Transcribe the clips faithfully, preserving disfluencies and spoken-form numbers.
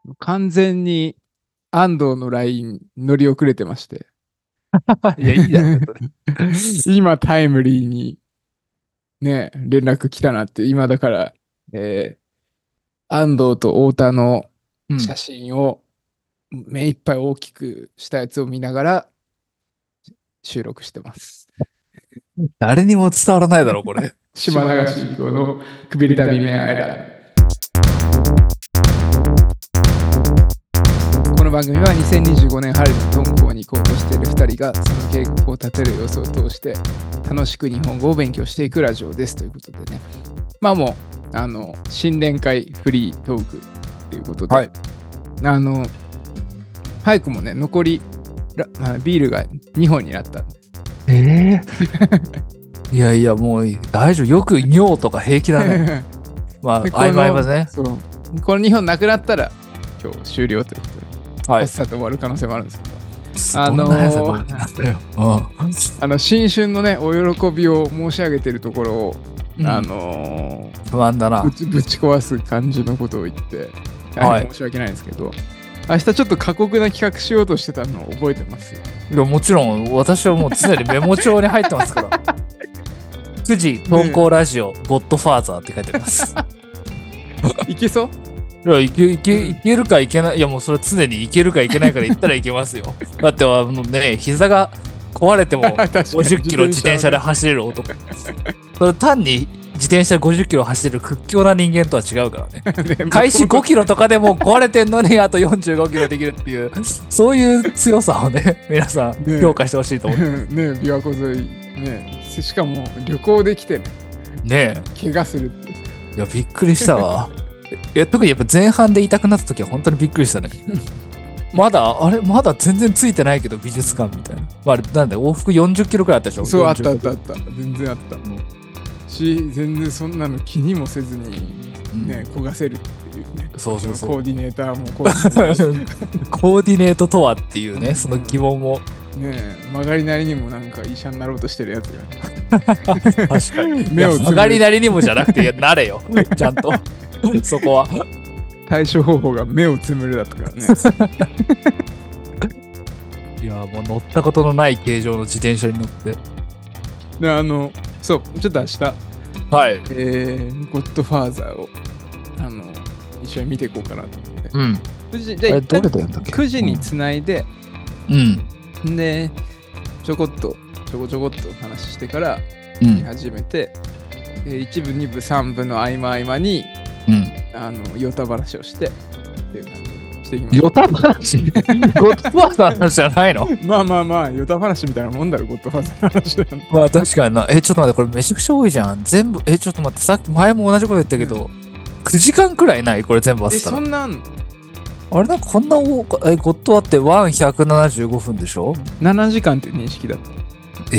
完全に安藤の ライン 乗り遅れてまして。 いや、いいじゃん。 今タイムリーにね、連絡来たなって、今だから、えー、安藤と太田の写真を目いっぱい大きくしたやつを見ながら収録してます。 誰にも伝わらないだろ、これ。 島流し以降のくびれた微妙な間。この番組はにせんにじゅうごねん春に敦煌に行こうとしているふたりがその計画を立てる様子を通して楽しく日本語を勉強していくラジオですということでね。まあもうあの新年会フリートークということで、はい、あの早くもね残りビールがにほんになった。 えー、いやいやもう大丈夫、よく尿とか平気だね。まあ曖昧はね。 そう、このにほんなくなったら今日終了ということで、はい、さっと終わる可能性もあるんですけど、あのー、あの新春のねお喜びを申し上げているところを、うん、あのー、 不安だな、 ぶち、ぶち壊す感じのことを言って大変申し訳ないんですけど、はい、明日ちょっと過酷な企画しようとしてたのを覚えてます。 いやもちろん私はもう常にメモ帳に入ってますから。くじ投稿ラジオ、ね、ゴッドファーザーって書いてあります。 いけそう？ いやいけいけいけるかいけない、いやもうそれ常にいけるかいけないから言ったらいけますよ。だってはもうね膝が壊れてもごじゅっキロ自転車で走れる男。それ単に自転車ごじゅっキロ走れる屈強な人間とは違うからね。開始ごキロとかでも壊れてんのにあとよんじゅうごキロできるっていうそういう強さをね皆さん評価してほしいと思う。 ねえ琵琶湖沿いね、しかも旅行できてねねえ怪我するって。 いやびっくりしたわ。いや特にやっぱ前半で痛くなった時は本当にびっくりしたね。まだあれまだ全然ついてないけど美術館みたいな、まあ、なんだ往復よんじゅっキロくらいあったでしょ。 そうあったあったあった全然あった、うん、し全然そんなの気にもせずにね、うん、焦がせるっていうね。 そうそうそうコーディネーターもコーディネートとはっていうねその疑問もねえ曲がりなりにもなんか医者になろうとしてるやつが確かに目を曲がりなりにもじゃなくてなれよちゃんとそこは対処方法が目をつむるだったからね。 いやもう乗ったことのない形状の自転車に乗ってであのそうちょっと明日はいえー、ゴッドファーザーをあの一緒に見ていこうかなと思って、 うん、 くじじゃあ一旦くじにつないで、 うん、 でちょこっとちょこちょこっと話してから見始めて、うん、でいちぶにぶさんぶの合間合間に、うん、あのヨタ話をしてっていう感じにしていきましょう。 ヨタ話ゴッドファーザーの話じゃないの？ まあまあまあヨタ話みたいなもんだろゴッドファーザーの話だよ。 まあ確かにな。えちょっと待ってこれめちゃくちゃ多いじゃん全部。えちょっと待ってさっき前も同じこと言ったけど、うん、くじかんくらいないこれ全部合わせたら。 えそんなんあれなんかこんな多かえゴッドはってワンひゃくななじゅうごふんでしょ。 ななじかんって認識だった。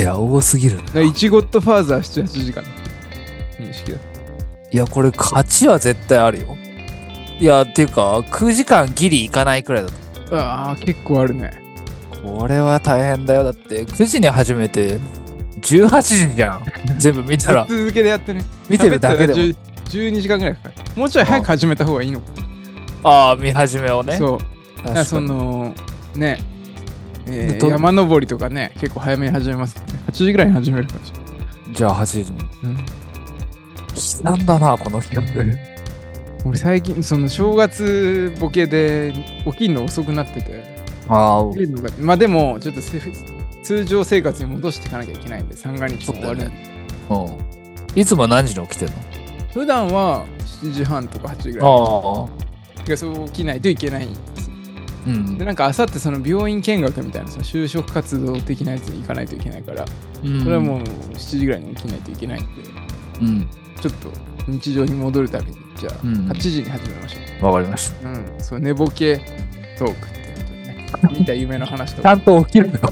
いや多すぎるな。 いちゴッドファーザーなな、はちじかん認識だった。 いやこれ勝ちは絶対あるよ。いやっていうかくじかんギリいかないくらいだと。 ああ結構あるね。 これは大変だよ。だってくじに始めてじゅうはちじじゃん全部見たら続けでやってね見てるだけでもじゅうにじかんぐらいかかる。もうちょい早く始めた方がいいのか。 ああ見始めをね。 そうだからそのねえー、山登りとかね結構早めに始めます、ね、はちじぐらいに始めるかもしれない。 じゃあはちじに、うん、なんだなこの企画。 俺最近その正月ボケで起きるの遅くなってて、 あまあでもちょっと通常生活に戻していかなきゃいけないんで三が日終わるんで、ね、 うん、いつも何時に起きてんの？ 普段はしちじはんとかはちじぐらい。ああそう起きないといけないんですよ、うん、でなんかあさってその病院見学みたいなその就職活動的なやつに行かないといけないから、うん、それはもうしちじぐらいに起きないといけないんで、うん、ちょっと日常に戻るためにじゃあ、うん、はちじに始めましょう。 わかりました。 うん、そう寝ぼけトークっていうことでね。見た夢の話とか。ちゃんと起きるの。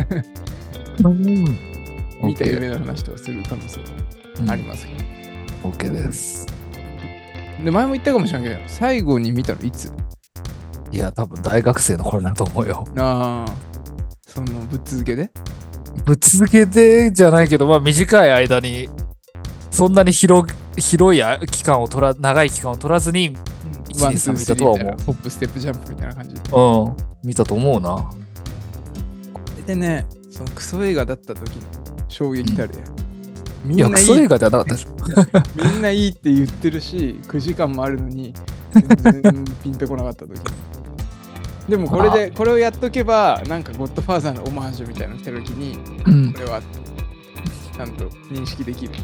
見た夢の話とかする可能性がありますけど。 うん、OK です。 で前も言ったかもしれないけど、最後に見たのいつ？ いや多分大学生の頃だと思うよ。 ああ、そのぶっ続けで？ ぶっ続けでじゃないけど、まあ短い間にそんなに広広い期間を取ら長い期間を取らずにいちにさん見たとは思う。 ホップステップジャンプみたいな感じで。 うん。見たと思うな。 でね、そのクソ映画だった時の衝撃たるや、うん、みんいや、 ないいクソ映画じゃなかったでしょ。 みんないいって言ってるし、くじかんもあるのに、全然ピンとこなかった時。でもこれで、これをやっとけば、なんかゴッドファーザーのオマージュみたいなの来た時に、うん、これはちゃんと認識できるっていう。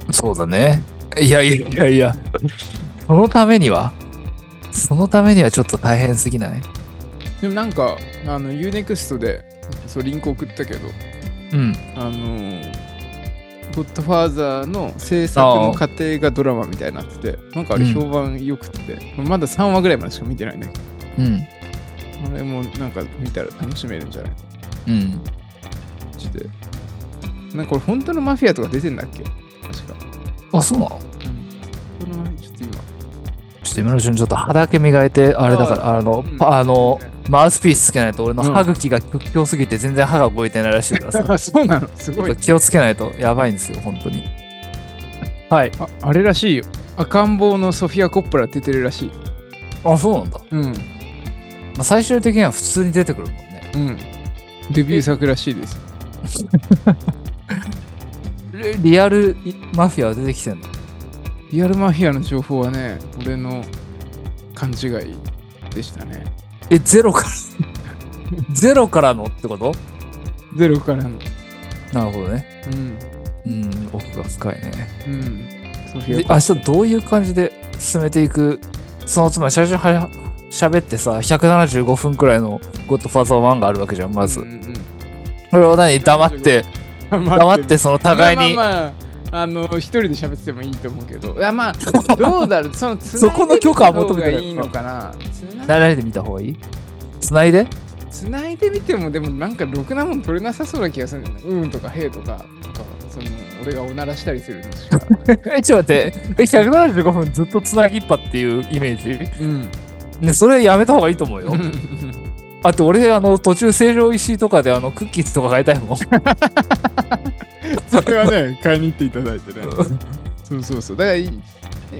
そうだね。いやいやいやいや、そのためには、そのためにはちょっと大変すぎない？ でもなんか、あの、ユーネクストで、そうリンク送ったけど、 うん。 あのー、ゴッドファーザーの制作の過程がドラマみたいになってて、なんかあれ評判良くって、うん、まださんわぐらいまでしか見てないんだけど、 うん。 あれもなんか見たら楽しめるんじゃない？ うん。 して。なんかこれ本当のマフィアとか出てんだっけ？確か。 あ、そうなの？ うん。このちょっと今。 ちょっと今のうちにちょっと歯だけ磨いて、あれだから、あの、うん、あの、マウスピースつけないと俺の歯茎が屈強すぎて全然歯が動いてないらしいからさ。 あ、そうなの？すごい。 気をつけないとやばいんですよ、本当に。はい。 あ、あれらしいよ。赤ん坊のソフィア・コッポラ出てるらしい。 あ、そうなんだ。 うん。 まあ、最終的には普通に出てくるもんね。 うん。デビュー作らしいです。 リアルマフィアは出てきてんの？ リアルマフィアの情報はね、俺の勘違いでしたね。 え、ゼロからゼロからのってこと？ ゼロからの。 なるほどね。 うん。 うん、奥が深いね。 うん。 ソフィア。明日どういう感じで進めていく？そのつまり最初は喋ってさ、ひゃくななじゅうごふんくらいのゴッドファーザーワンがあるわけじゃん、まず。うんうん、これを何黙って、黙ってその互いに。 まあまあまあ、あの、一人で喋っててもいいと思うけど、いやまあ、どうだろう、そのつないで見た方がいいのかな。 誰で見た方がいい？つないでつないでみても、でもなんかろくなもん取れなさそうな気がするんだよね。うんとかへとか、とかその俺がおならしたりするのしか。 え、ちょっと待って、ひゃくななじゅうごふんずっとつなぎっぱっていうイメージ？ うん。 ね、それやめた方がいいと思うよ。あと俺、あの、途中成城石井とかであのクッキーズとか買いたいもん。それはね、買いに行っていただいてね。そうそうそう。だから、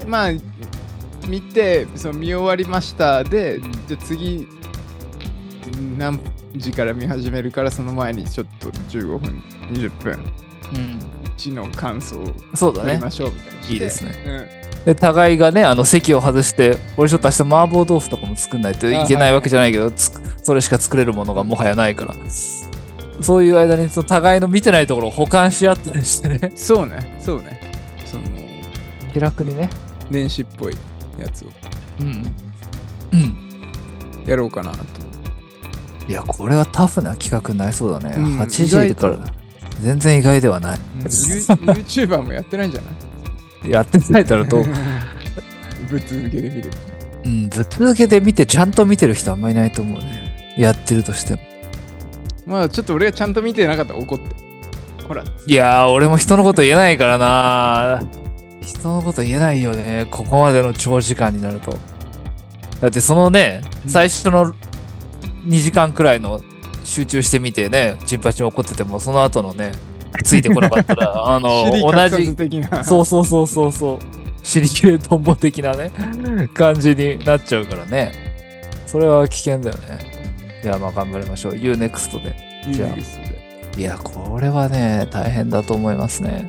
まあ、見て、その見終わりましたで、じゃあ次、何時から見始めるから、その前にちょっとじゅうごふん、にじゅっぷん、うん、一の感想を取りましょうみたいな。 いいですね。うんで互いがね、あの席を外して、俺ちょっと明日麻婆豆腐とかも作んないといけないわけじゃないけど、それしか作れるものがもはやないから。そういう間にその互いの見てないところを補完し合ったりしてね。 そうね、そうね。その気楽にね。 年始っぽいやつを。 うん。うん。 やろうかなと。 いや、これはタフな企画になりそうだね。うん、はちじから。全然意外ではない。 うん、YouTuber もやってないんじゃない？ やってないだろうとぶっ続けで見る。 うん、ぶっ続けで見てちゃんと見てる人あんまりいないと思うね。やってるとしても。 まあちょっと俺がちゃんと見てなかったら怒って。ほら。 いやー、俺も人のこと言えないからな。人のこと言えないよね。ここまでの長時間になると。だってそのね、最初のにじかんくらいの集中してみてね、チンパチン怒ってても、その後のね、ついてこなかったら、あの、同じ、そうそうそうそうそう、シリキュレトンボ的なね、感じになっちゃうからね。それは危険だよね。いや、まあ頑張りましょう。ユーネクスト で。 じゃあ。 いや、これはね、大変だと思いますね。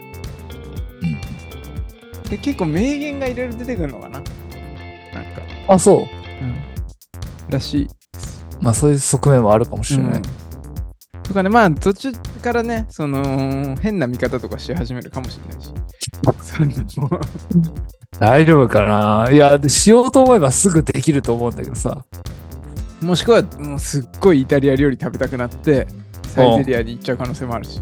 うん。で、結構名言がいろいろ出てくるのかな？なんか。 あ、そう。うん。 らしい。 まあそういう側面もあるかもしれない。うんとかね、まあ途中からね、その変な見方とかし始めるかもしれないし。 大丈夫かな？いや、しようと思えばすぐできると思うんだけどさ。 もしくは、もうすっごいイタリア料理食べたくなって、サイゼリアに行っちゃう可能性もあるし。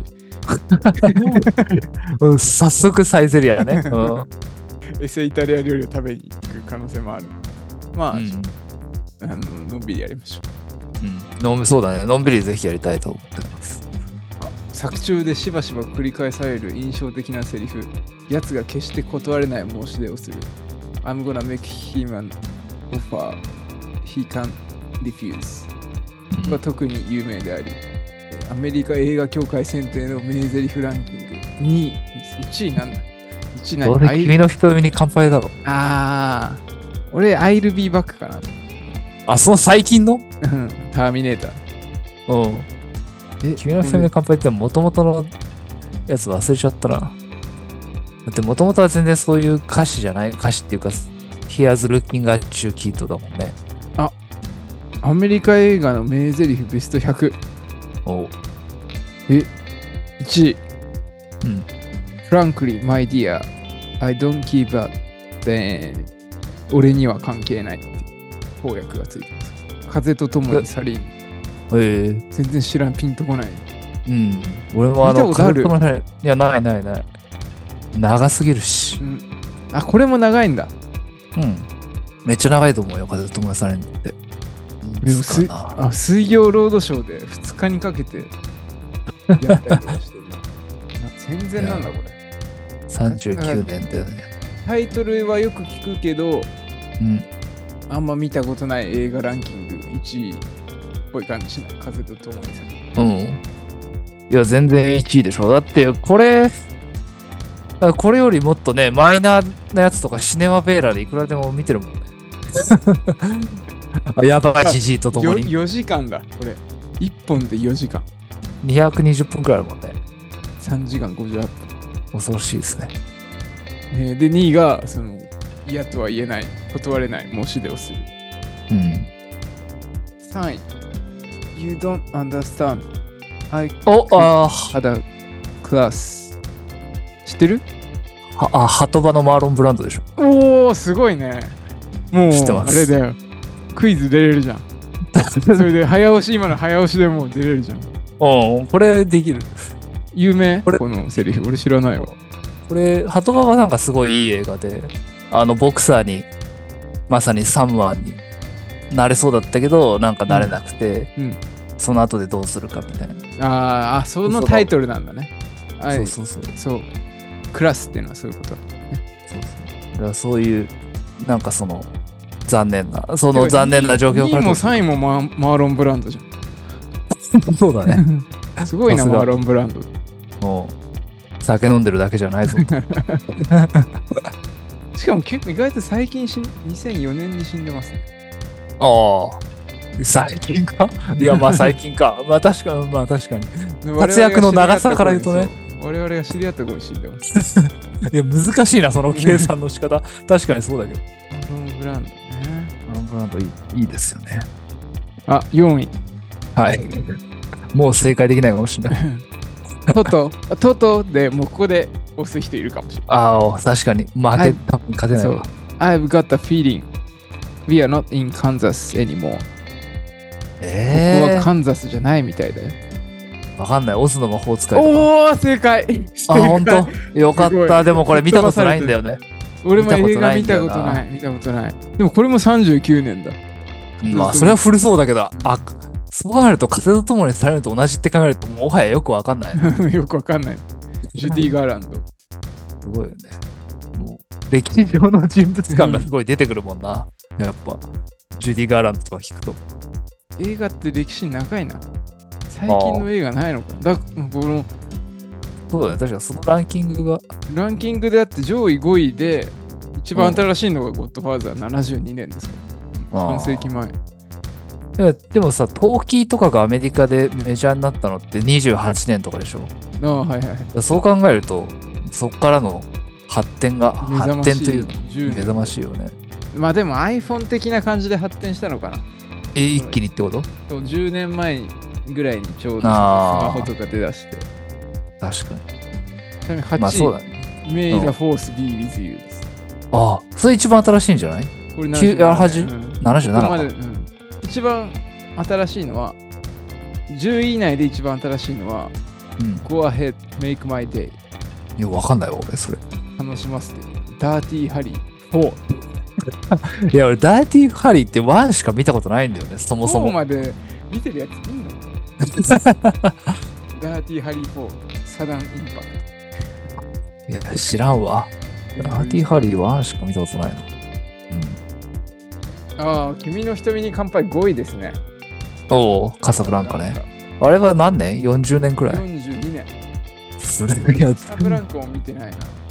うん、早速サイゼリアね。うん、 エセイタリア料理を食べに行く可能性もある。まあ、うん、あののんびりやりましょう。 うん、そうだね。のんびりぜひやりたいと思ってます。 作中でしばしば繰り返される印象的なセリフ。やつが決して断れない申し出をする。I'm gonna make him an offer he can't refuse、うん、が特に有名であり、アメリカ映画協会選定の名台詞ランキングにい、いちいなんだ ?いち い何？ 俺、君の瞳に乾杯だろ。 あ俺、I'll be back かな。 あ、その最近のターミネーター。うん。え、君の名前乾杯って元々のやつ忘れちゃったな。だって元々は全然そういう歌詞じゃない、歌詞っていうか、Here's Looking at You Kid だもんね。 あ、アメリカ映画の名台詞ベストひゃく。 おえ、いちい。 うん。 Frankly, my dear, I don't give a damn. 俺には関係ないって翻訳がついてます。風と共に去りん。 ええ。 全然知らん、ピンとこない。 うん。俺もあの、 見たことある？ いや、ないないない。長すぎるし。 うん。あ、これも長いんだ。 うん。めっちゃ長いと思うよ、風と共に去りんって。 でもすあ水曜ロードショーでふつかにかけてやったりとかしてる。全然なんだこれ。 さんじゅうきゅうねんだよね。 タイトルはよく聞くけど、 うん、 あんま見たことない映画ランキングいちいっぽい感じしない。風と共に去りん。 うん。いや、全然いちいでしょ。だって、これ、これよりもっとね、マイナーなやつとかシネマベーラでいくらでも見てるもんね。やばい、じじいとともに。 よじかんだ、これ。いっぽんでよじかん。 にひゃくにじゅっぷんくらいあるもんね。 さんじかんごじゅうはっぷん。 恐ろしいですね。 えー、で、にいが、その、嫌とは言えない、断れない申し出をする。 うん。 さんい。You don't understand. I お、あ had a class. 知ってる？ は、あ、ハトバのマーロンブランドでしょ。 おー、すごいね。もう、 知ってます。 あれだよ。クイズ出れるじゃん。それで、早押し、今の早押しでもう出れるじゃん。 うん、これできる。 有名？ これこのセリフ。俺知らないわ。 これ、ハトバはなんかすごいいい映画で、あの、ボクサーに、まさにサムワンになれそうだったけど、なんかなれなくて、 うんうん、 その後でどうするかみたいな。 ああ、そのタイトルなんだね。 そうそうそう。 そう。クラスっていうのはそういうことだね。 そうそう。だからそういう、なんかその、残念な、その残念な状況から。 にいもさんいもマー、マーロンブランドじゃん。そうだね。 すごいな、マーロンブランド。 もう、酒飲んでるだけじゃないぞ。 しかも結構意外と最近し、にせんよねんに死んでますね。 ああ。最近かいや、まあ最近か。まあ確かに、まあ確かに。活躍の長さから言うとね。 我々が知り合った頃に死んでます。 いや、難しいな、その計算の仕方。確かにそうだけど。 マーロンブランドね。 マーロンブランドいい、いいですよね。 あ、よんい。 はい。もう正解できないかもしれない。 トト、トトでもうここで押す人いるかもしれない。 ああ、確かに。負け、多分勝てないわ。 I've got a feeling we are not in Kansas anymore. えー、 ここはカンザスじゃないみたいだよ。 わかんない。オズの魔法使い。 おー、正解。 あ、ほんとよかった。でもこれ見たことないんだよね。 俺も映画見たことない。見たことない。でもこれもさんじゅうきゅうねんだ。 まあ、それは古そうだけど、あ、そう考えると、風と共にされると同じって考えると、もはやよくわかんない。 よくわかんない。ジュディ・ガーランド。すごいよね。もう歴史上の人物感がすごい出てくるもんな。やっぱ、ジュディ・ガーランドとか聞くと。 映画って歴史長いな。最近の映画ないのかな。だこのそうだね、確かそのランキングが。 ランキングであって上位ごいで、一番新しいのがゴッドファーザーななじゅうにねんですから。半世紀前。 いやでもさ、トーキーとかがアメリカでメジャーになったのってにじゅうはちねんとかでしょ。 ああ、はいはい。 そう考えると、そっからの発展が、発展という目覚ましいよね。 まあでも iPhone 的な感じで発展したのかな。 え、一気にってこと？ そう、じゅうねんまえぐらいにちょうどスマホとか出だして。 確かに。 ちなみにはちい、 まあそうだね。 May the Force be with you です。 ああ、それ一番新しいんじゃない？ これなななじゅうななじゅうななか。 一番新しいのは、じゅうい以内で一番新しいのは、うん、Go ahead, make my day。 いや、わかんないわ、俺、それ。 楽しませて。ダーティーハリーフォー。 いや、俺、ダーティーハリーってワンしか見たことないんだよね、そもそも。 フォーまで見てるやついんの？ダーティーハリーフォー、サダンインパクト。いや、知らんわ。ダーティーハリーワンしか見たことないな。 うん。ああ、君の瞳に乾杯ごいですね。 おお、カサブランカね。あれは何年 ?よんじゅう 年くらい ?よんじゅうに年。 それがカサブランカを見てないな。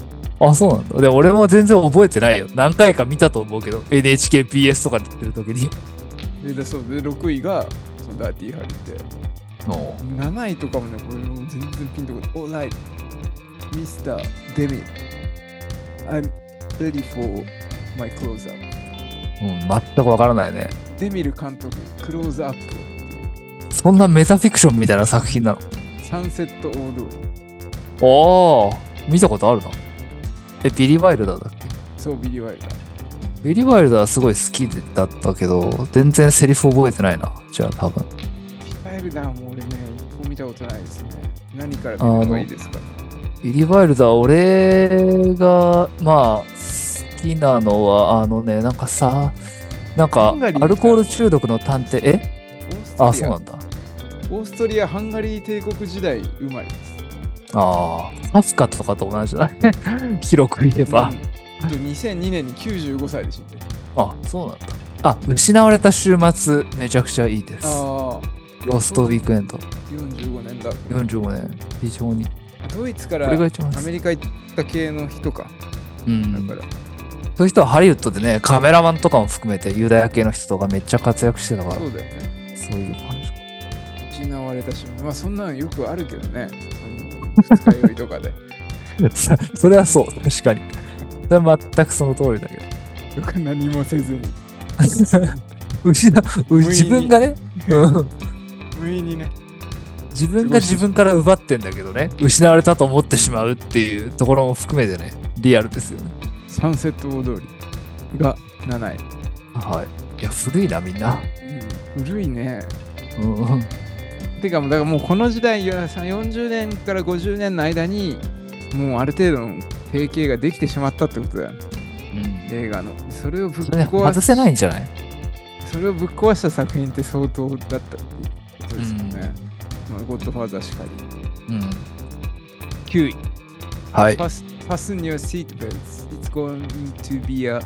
あ、そうなんだ。で、俺も全然覚えてないよ。何回か見たと思うけど、エヌエイチケーピーエス とかでやってる時に。 で、でそうで、ろくいがそのダーティーハリーで、なないとかもね、これも全然ピンとこない。オーライト、ミスター・デミル、I'm ready for my close-up。 うん、全くわからないね。 デミル監督、クローズアップ。 そんなメタフィクションみたいな作品なの？ サンセット大通り。 おー、見たことあるな。え、ビリー・ワイルダーだっけ？ そう、ビリー・ワイルダー。 ビリー・ワイルダーはすごい好きだったけど、全然セリフ覚えてないな。じゃあ多分。 ビリー・ワイルダーも俺ね、一個見たことないですね。何から見た方がいいですか？ ビリー・ワイルダー、俺が、まあ、好きなのは、あのね、なんかさ、なんか、アルコール中毒の探偵、えあ、そうなんだ。 オーストリア・ハンガリー帝国時代生まれです。 ああ、ハフカとかと同じだね。広く言えば。 うん、にせんにねんにきゅうじゅうごさいで死んでる。 あ、そうなんだ。あ、失われた週末、めちゃくちゃいいです。ああ。ロストウィークエンド。 よんじゅうごねんだ。よんじゅうごねん。非常に。 ドイツからアメリカ行った系の人か。 うん。だから。そういう人はハリウッドでね、カメラマンとかも含めてユダヤ系の人とかめっちゃ活躍してたから。 そうだよね。 そういう感じ。 失われたし、まあそんなのよくあるけどね。二日酔いとかで。 それはそう、確かに。それは全くその通りだけど。 よく何もせずに。 失う自分がね、 無意にね。 自分が自分から奪ってんだけどね、失われたと思ってしまうっていうところも含めてね、リアルですよね。 サンセット大通りがなない。 はい。いや、古いな、みんな。 うん、古いね。 うん。 てか、だからもうこの時代、よんじゅうねんからごじゅうねんの間に、もうある程度の定型ができてしまったってことだよね。うん、映画の。それをぶっ壊し、 外せないんじゃない？ それをぶっ壊した作品って相当だったっていうことですよね。うん、まあ、ゴッドファーザーしかり。うん。きゅうい。 はい。 Fasten your seatbelts. It's going to be a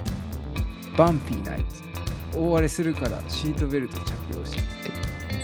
bumpy night. 大荒れするからシートベルト着用して。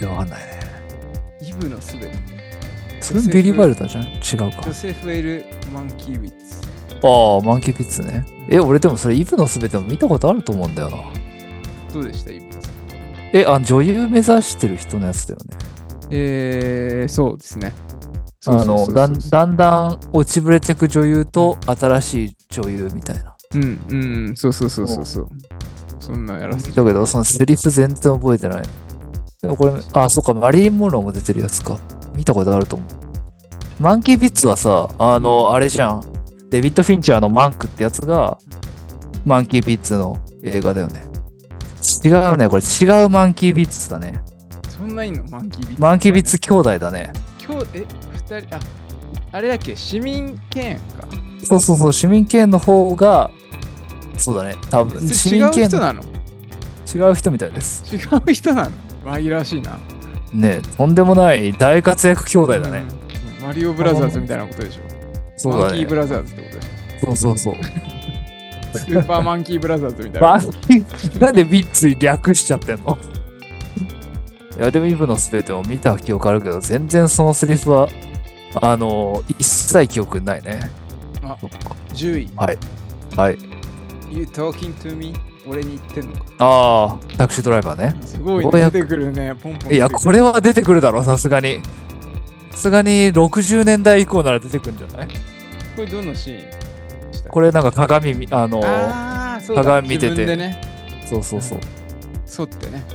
わかんないね。 イブのすべて。 それビリー・ワイルダーじゃん？違うか。ジョセフ・エル・マンキー・ウィッツ。 ああ、マンキー・ウィッツね。え、俺でもそれイブのすべても見たことあると思うんだよな。 どうでしたイブのすべて？え、あ、女優目指してる人のやつだよね。 えー、そうですね。 あの、だんだんだん落ちぶれてく女優と新しい女優みたいな。 うん、うん、そうそうそうそうそう。そんなやらせて。 だけど、そのセリフ全然覚えてない。でもこれ、あ、そっか、マリリン・モンローも出てるやつか。見たことあると思う。マンキー・ピッツはさ、あの、あれじゃん。デビッド・フィンチャーのマンクってやつが、マンキー・ピッツの映画だよね。違うね、これ違うマンキー・ピッツだね。 そんないいのマンキー・ピッツ。 マンキー・ピッツ兄弟だね。 兄弟、え、二人、あ、あれだっけ市民権か。 そうそうそう、市民権の方が、そうだね、多分。市民権違う人なの？ 違う人みたいです。 違う人なの？紛らわしいな。 ねえ、とんでもない大活躍兄弟だね。 うん、マリオブラザーズみたいなことでしょ。 そうだね。 マンキーブラザーズってことでしょ。そうそうそう。 スーパーマンキーブラザーズみたいな。マンキー、なんでビッツに略しちゃってんの？いや、でもイブのすべても見た記憶あるけど、全然そのセリフは、あの、一切記憶ないね。 あ、じゅうい。 はい。はい。 You talking to me? 俺に言ってんのか。 ああ、タクシードライバーね。 すごい出てくるね、ポンポン。 いや、これは出てくるだろ、さすがに。さすがにろくじゅうねんだい以降なら出てくるんじゃない？ これどのシーン？ これなんか鏡、あのあー、 鏡見てて。 自分でね。 そうそうそう。 沿ってね。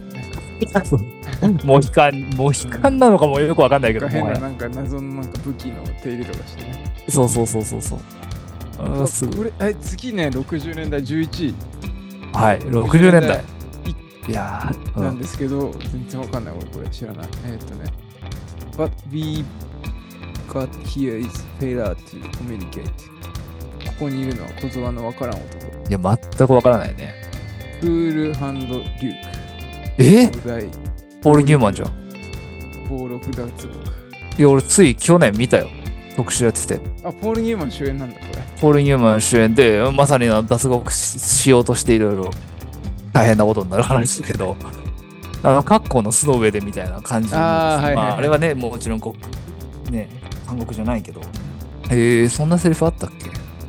モヒカン、モヒカンなのかもよくわかんないけど。 変ななんか謎のなんか武器の手入れとかしてね。 そうそうそうそうそう。 あすごい。これ、え、次ね、ろくじゅうねんだいじゅういちい。 はい、ろくじゅうねんだい。いやー、なんですけど、全然わかんない俺これ知らない。えー、っとね。But we got here is failure to communicate. ここにいるのは小沢のわからん男。 いや、全くわからないね。 クールハンド・リューク。 えポール・ニューマンじゃん。 暴録脱獄。 いや、俺つい去年見たよ。特集やってて。 あ、ポール・ニューマン主演なんだ、これ。 ポール・ニューマン主演で、まさに脱獄 し, しようとしていろいろ大変なことになる話だけど、あの、カッコの巣の上でみたいな感じの。あ,、はいはいはい、まあ、あれはね、もちろんこ、ね、韓国じゃないけど。へえ、そんなセリフあったっけ？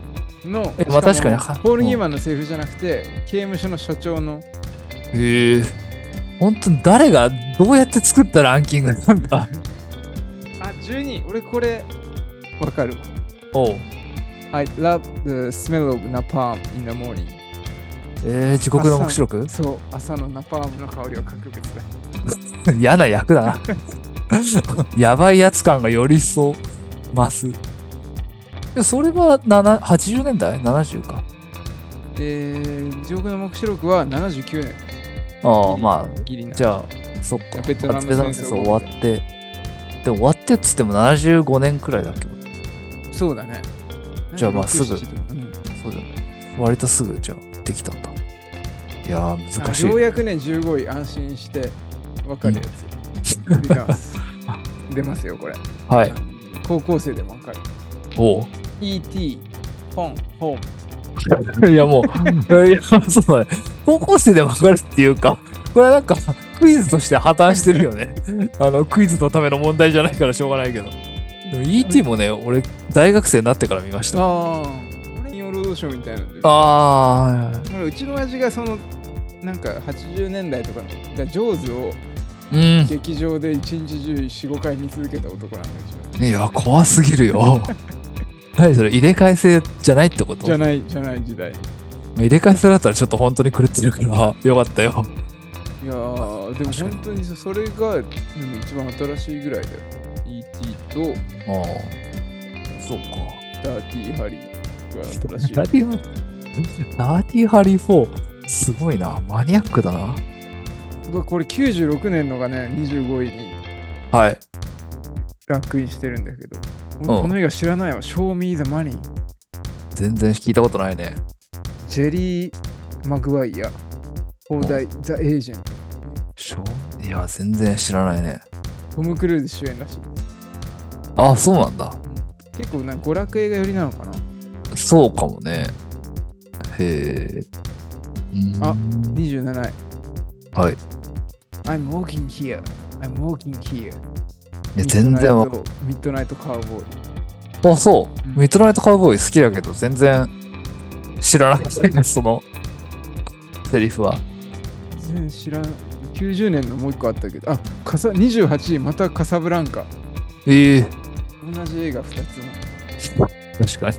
の、 えまあしかも確かにポール・ギーマンのセリフじゃなくて、刑務所の所長の。 へえ。本当に誰がどうやって作ったランキングなんだ。 あ、じゅうに。俺これ、わかるわ。 おう。 I love the smell of napalm in the morning. えー、地獄の黙示録。 そう、朝のナパームの香りは格別だ。 嫌な役だな。やばいやつ感がより一層増す。でそれはななはちじゅうねんだい ?ななじゅう か。 えー、地獄の黙示録はななじゅうきゅうねん。 ああ、まあ、 ギリな。 じゃあ、そっか。 ベトナムベトナム戦争終わって。でも終わってっつってもななじゅうごねんくらいだっけど。 そうだね。 じゃあまあすぐうん、 そうだよ。割とすぐじゃあできたんだ。いやー、難しい。 ようやくね、じゅうごい安心して分かるやつ。出ます。出ますよ、これ。 はい。 高校生でも分かる。 おう。 イーティー、本、本。 いやもう、いやそうだね。高校生で分かるっていうか、これはなんかクイズとして破綻してるよね。あの、クイズのための問題じゃないからしょうがないけど。でも イーティー もね、俺、大学生になってから見ました。 ああ。金曜ロードショーみたいなので。 ああ。 うちの親父がその、なんかはちじゅうねんだいとかの、ジョーズをうん。 劇場で一日中よん、ごかい見続けた男なんですよ。 いや、怖すぎるよ。何それ、入れ替え制じゃないってことじゃない、じゃない時代。 入れ替え制だったらちょっと本当に狂ってるからよかったよ。 いやー、でも本当にそれが一番新しいぐらいだよ。イーティー とああ。そうか。 ダーティーハリーが新しい。 ダーティーダーティーハリーフォー、すごいな。マニアックだな。 これきゅうじゅうろくねんのがね、にじゅうごいにはい。 ランクインしてるんだけど、 ん俺この映画知らないわ。Show Me the Money。 全然聞いたことないね。 ジェリー・マグワイア、放題、ザ・エージェント。 しょいや、全然知らないね。 トム・クルーズ主演らしい。 あ、そうなんだ。 結構なんか娯楽映画寄りなのかな。 そうかもね。へえ。 あ、にじゅうなない。 はい。 I'm walking here. I'm walking here. いや、全然わかミッドナイトカウボーイ。 あ、そう。 うんミッドナイトカウボーイ好きだけど、全然知らなかったね、そのセリフは。 全然知らん。きゅうじゅうねんのもう一個あったけど、あ、カサにじゅうはちい、またカサブランカ。 ええ同じ映画ふたつも。 確かに。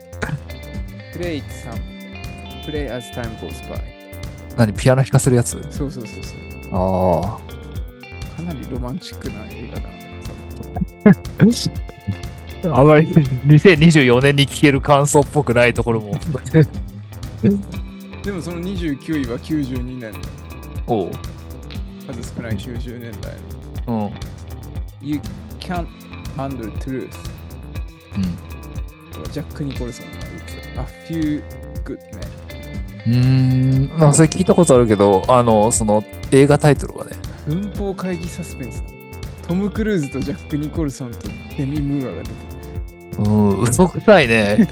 Play it some. Play as time goes by. 何、ピアノ弾かせるやつ？ そうそうそうそう。 あかなりロマンチックな映画だな。 あ。あまりにせんにじゅうよねんに聴ける感想っぽくないところも。 でもそのにじゅうきゅういはきゅうじゅうにねんのおう。 数少ないきゅうじゅうねんだいの。 うん。 You can't handle truth. うん。 ジャック・ニコルソンが言ってた。A few good men. うーん、なんかそれ聞いたことあるけど、あの、その映画タイトルがね。 文法会議サスペンス。トム・クルーズとジャック・ニコルソンとデミ・ムーアが出てうーん、嘘くさいね。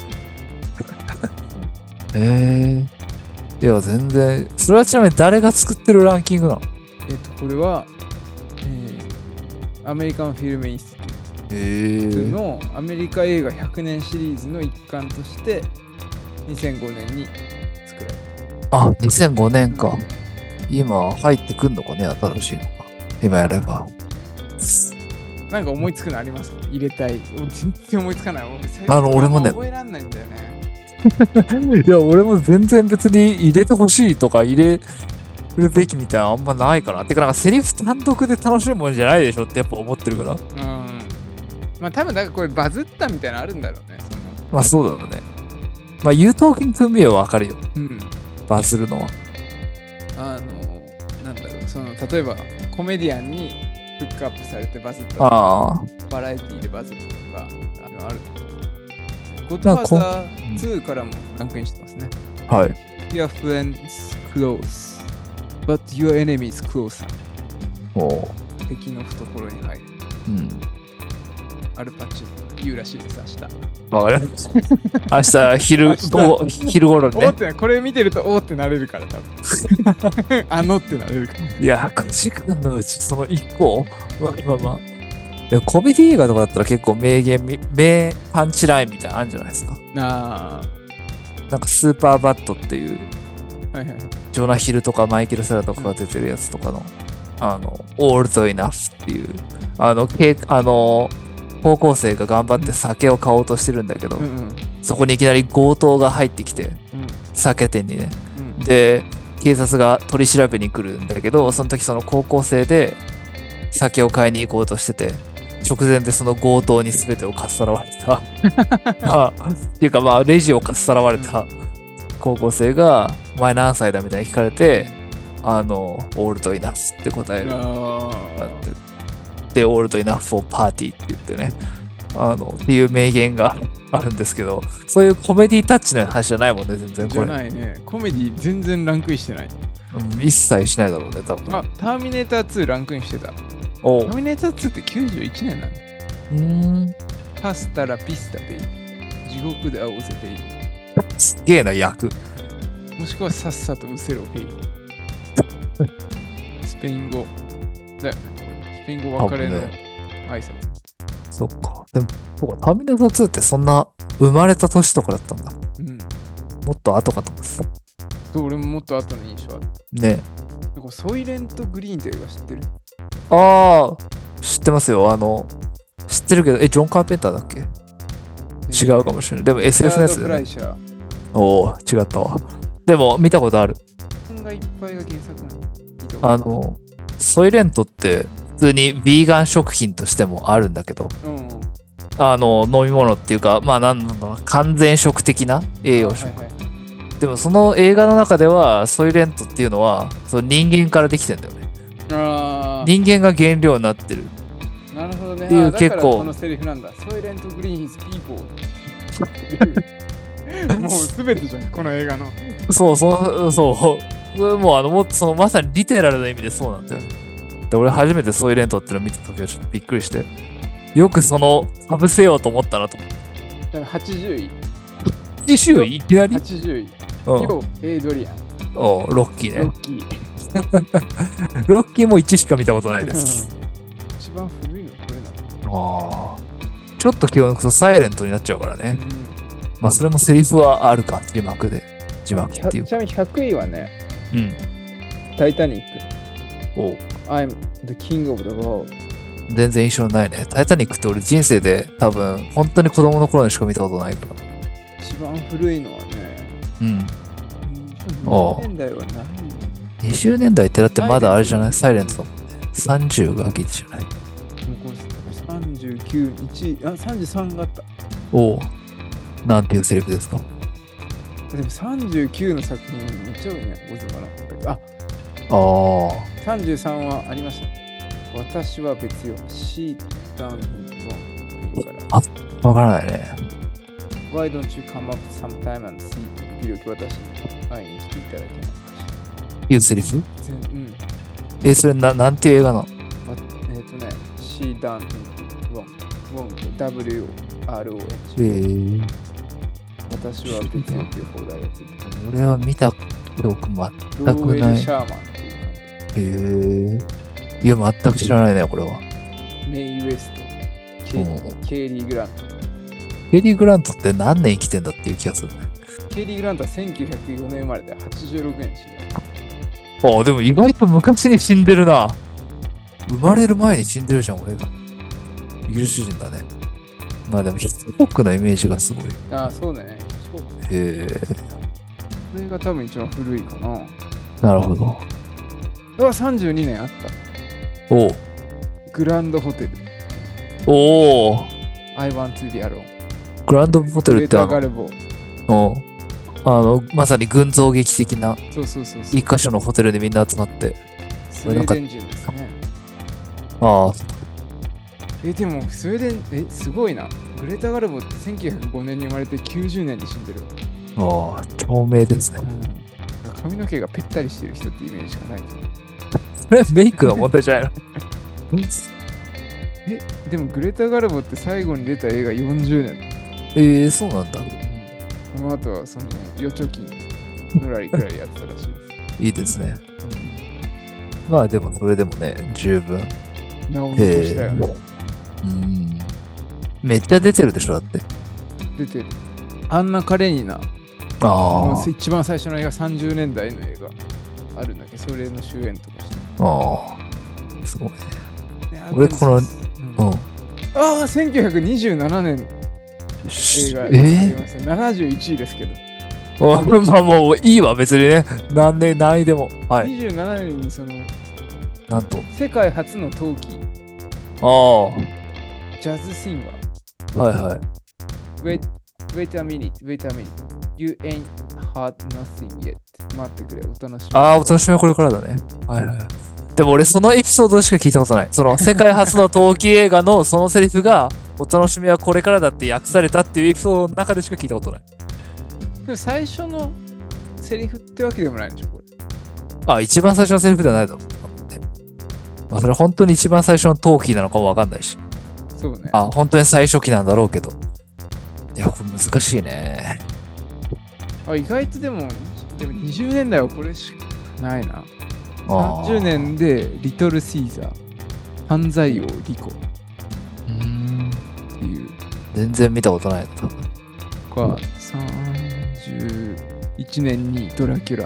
えー。いや、全然。それはちなみに誰が作ってるランキングなの？ る。えっと、これは、えー、アメリカン・フィルム・インスティテえュートー。 のアメリカ映画ひゃくねんシリーズの一環としてにせんごねんに作られた。 あ、にせんごねんか。今入ってくんのかね、新しいのが。今やれば。 なんか思いつくのありますか？入れたい。もう全然思いつかない。 あの俺もね覚えらんないんだよね。 いや、俺も全然別に入れてほしいとか入れるべきみたいなのあんまないかな。てか、なんかセリフ単独で楽しむもんじゃないでしょってやっぱ思ってるから。 うん。まあ多分、だからこれバズったみたいなのあるんだろうね。そのまあそうだろうね。まあ、You Talking to Me はわかるよ。 うん。 バズるのは。 あの、なんだろう、その、例えばコメディアンにフックアップされてバズったとか、 ああ。 バラエティでバズったとか、あのあると思う。ゴッドファーザーツーからもランクインしてますね。 はい。 Your friends close, but your enemy is closer. おう。 敵の懐に入る。 うん。 アルパチーノ言うらしいです、明日。 わかりました。明日昼、午後昼頃にね。 おーってこれ見てるとおーってなれるから、多分。あのってなれるから。 いや、ごじかんのうちそのいっこまあまあまあ。でもコメディ映画とかだったら結構名言み、名パンチラインみたいなのあるんじゃないですか。 あなんかスーパーバットっていう、 はいはい。 ジョナヒルとかマイケル・セラとかが出てるやつとかの、あの、オールドイナフっていう、あの、けあの、高校生が頑張って酒を買おうとしてるんだけど、 うんうんそこにいきなり強盗が入ってきて、 うん酒店にね。 うん。 で、警察が取り調べに来るんだけど、その時その高校生で酒を買いに行こうとしてて、直前でその強盗に全てをかっさらわれた。まあ、っていうかまあ、レジをかっさらわれた高校生が、お前何歳だみたいに聞かれて、あの、オールドイナフって答える。 あで、オールドイナフ for party って言ってね、あの、っていう名言があるんですけど、そういうコメディタッチの話じゃないもんね、全然あ。じゃこれ。 ないね。コメディ全然ランクインしてない。 うん一切しないだろうね、多分。 あ、ターミネーターツーランクインしてた。タおう。 ーミネーターツーってきゅうじゅういちねんなの。 うーん。 パスタラピスタペイ。地獄で会おうぜペイ。 すげえな、役。 もしくはさっさとうせろペイ。スペイン語。だよね。スペイン語別れの多分挨拶。 そっか。でも、そうか、ターミネーターツーってそんな生まれた年とかだったんだ。 うん。 もっと後かと思ってた。 そう俺ももっと後の印象ある。 ね。 なんかソイレントグリーンって映画知ってる？ ああ、知ってますよ。あの、知ってるけど、え、ジョン・カーペンターだっけ？違うかもしれない。でも エスエフ のやつだよね。 フライシャー。 おお、違ったわ。でも、見たことある。 がいっぱいが原作なの。 あの、ソイレントって普通にビーガン食品としてもあるんだけど、 うんうん。 あの、飲み物っていうか、まあなんだろうな、完全食的な栄養食。 はいはい。 でもその映画の中では、ソイレントっていうのは、その人間からできてんだよね。 あ人間が原料になってる。 あ、なるほどね。 っていうあーだから結構このセリフなんだ。ソイレントグリーンズピーポー。もうすべてじゃん、この映画の。 そう、そう、そう。それもうあの、もっとそのまさにリテラルな意味でそうなんだよ。で、俺初めてソイレントってのを見た時はちょっとびっくりして。よくその、かぶせようと思ったなと思って。 だからはちじゅうい。 次週いきなりはちじゅうい。 うん。 よ、エイドリアン。 おうロッキーね。 ロッキー。 ロッキーもいちしか見たことないです。 一番古いのこれなの。 ああ。ちょっと基本サイレントになっちゃうからね。まあそれもセリフはあるか、字幕で。字幕っていうか。 ちなみにひゃくいはね、 うん。 タイタニック。 おう I'm the king of the world。 全然印象ないね。タイタニックって俺人生で多分本当に子供の頃にしか見たことないから。 一番古いのはね、 うん。 にじゅうねんだいはない。 にじゅうねんだいってだってまだあれじゃないサイレントだもんね。さんじゅうがギリじゃない。 もうこれさんじゅうきゅう、いち、あ、さんじゅうさんがあった。 おうなんていうセリフですか？ でもさんじゅうきゅうの作品めっちゃ多いね、オズかな。あ、 ああ。 さんじゅうさんはありました。私は別よ。シーダンボンから。 わからないね。 Why don't you come up sometime and see? 時々私に会いに来ていただけますかしいうセリフ？ 全うん。 え、それな、なんていう映画なの？ わえっ、とね、She done wrong. wrong. W R O N えー、 私は別よっていう放題やつ。 俺は見た記憶全ロくーエル・ない。 シャーマンっていうへえ。いや、全く知らないね、これは。 メイ・ウエスト、ケイうんケイリー・グラント。 ケリー・グラントって何年生きてんだっていう気がするね。 ケイリー・グラントはせんきゅうひゃくよねん生まれではちじゅうろくねん死んだ。 ああ、でも意外と昔に死んでるな。生まれる前に死んでるじゃん、俺が。イギリス人だね。まあでもヒップホックのイメージがすごい。 ああ、そうだね。そうへえ。 これが多分一番古いかな。 なるほど。 うわ、さんじゅうにねんあった。 おうグランドホテル。 おお。 I want to be alone。 グランドホテルってあの、 グレタガルボ。 おうあの、まさに群像劇的なそうそうそうそう。 一箇所のホテルでみんな集まって。 スウェーデン人ですね。 ああ、 え、でもスウェーデン、え、すごいな。グレタガルボってせんきゅうひゃくごねんに生まれてきゅうじゅうねんに死んでる。 ああ、長命ですね。 髪の毛がぺったりしてる人ってイメージしかない。 それメイクの問題じゃないの？ え、でもグレタ・ガルボって最後に出た映画よんじゅうねん。 ええー、そうなんだ。 その後はその預貯金のらりくらいやってたらしいです。 いいですね。まあでもそれでもね、十分。 なおのとしたよね。 うん。めっちゃ出てるでしょ、だって。 出てる。アンナ・カレニナ。 あ一番最初の映画さんじゅうねんだいの映画あるんだけど、それの主演とかして。 あ。ああ。すごいね。俺この、うん。 ああ、せんきゅうひゃくにじゅうななねん映画ありますね。ななじゅういちいですけど。 あまあもういいわ、別にね。何年、何位でも。はい。 にじゅうななねんにその、 なんと。 世界初の陶器。 ああ。 ジャズシンガー。はいはい。 Wait, wait a minute, wait a minute. You ain't heard nothing yet. 待ってくれ、お楽しみ。 ああ、お楽しみはこれからだね。はいはい。でも俺そのエピソードしか聞いたことない。その世界初の陶器映画のそのセリフが、お楽しみはこれからだって訳されたっていうエピソードの中でしか聞いたことない。 でも最初のセリフってわけでもないんでしょ、これ。 あ、一番最初のセリフではないだろう。まあ、それ本当に一番最初の陶器なのかもわかんないし。 そうね。 あ、本当に最初期なんだろうけど。いや、これ難しいね。 あ、意外とでも、でもにじゅうねんだいはこれしかないな。さんじゅうねんでリトルシーザー、犯罪王リコ。 うーん。 っていう。 全然見たことないな。 か、さんじゅういちねんにドラキュラ。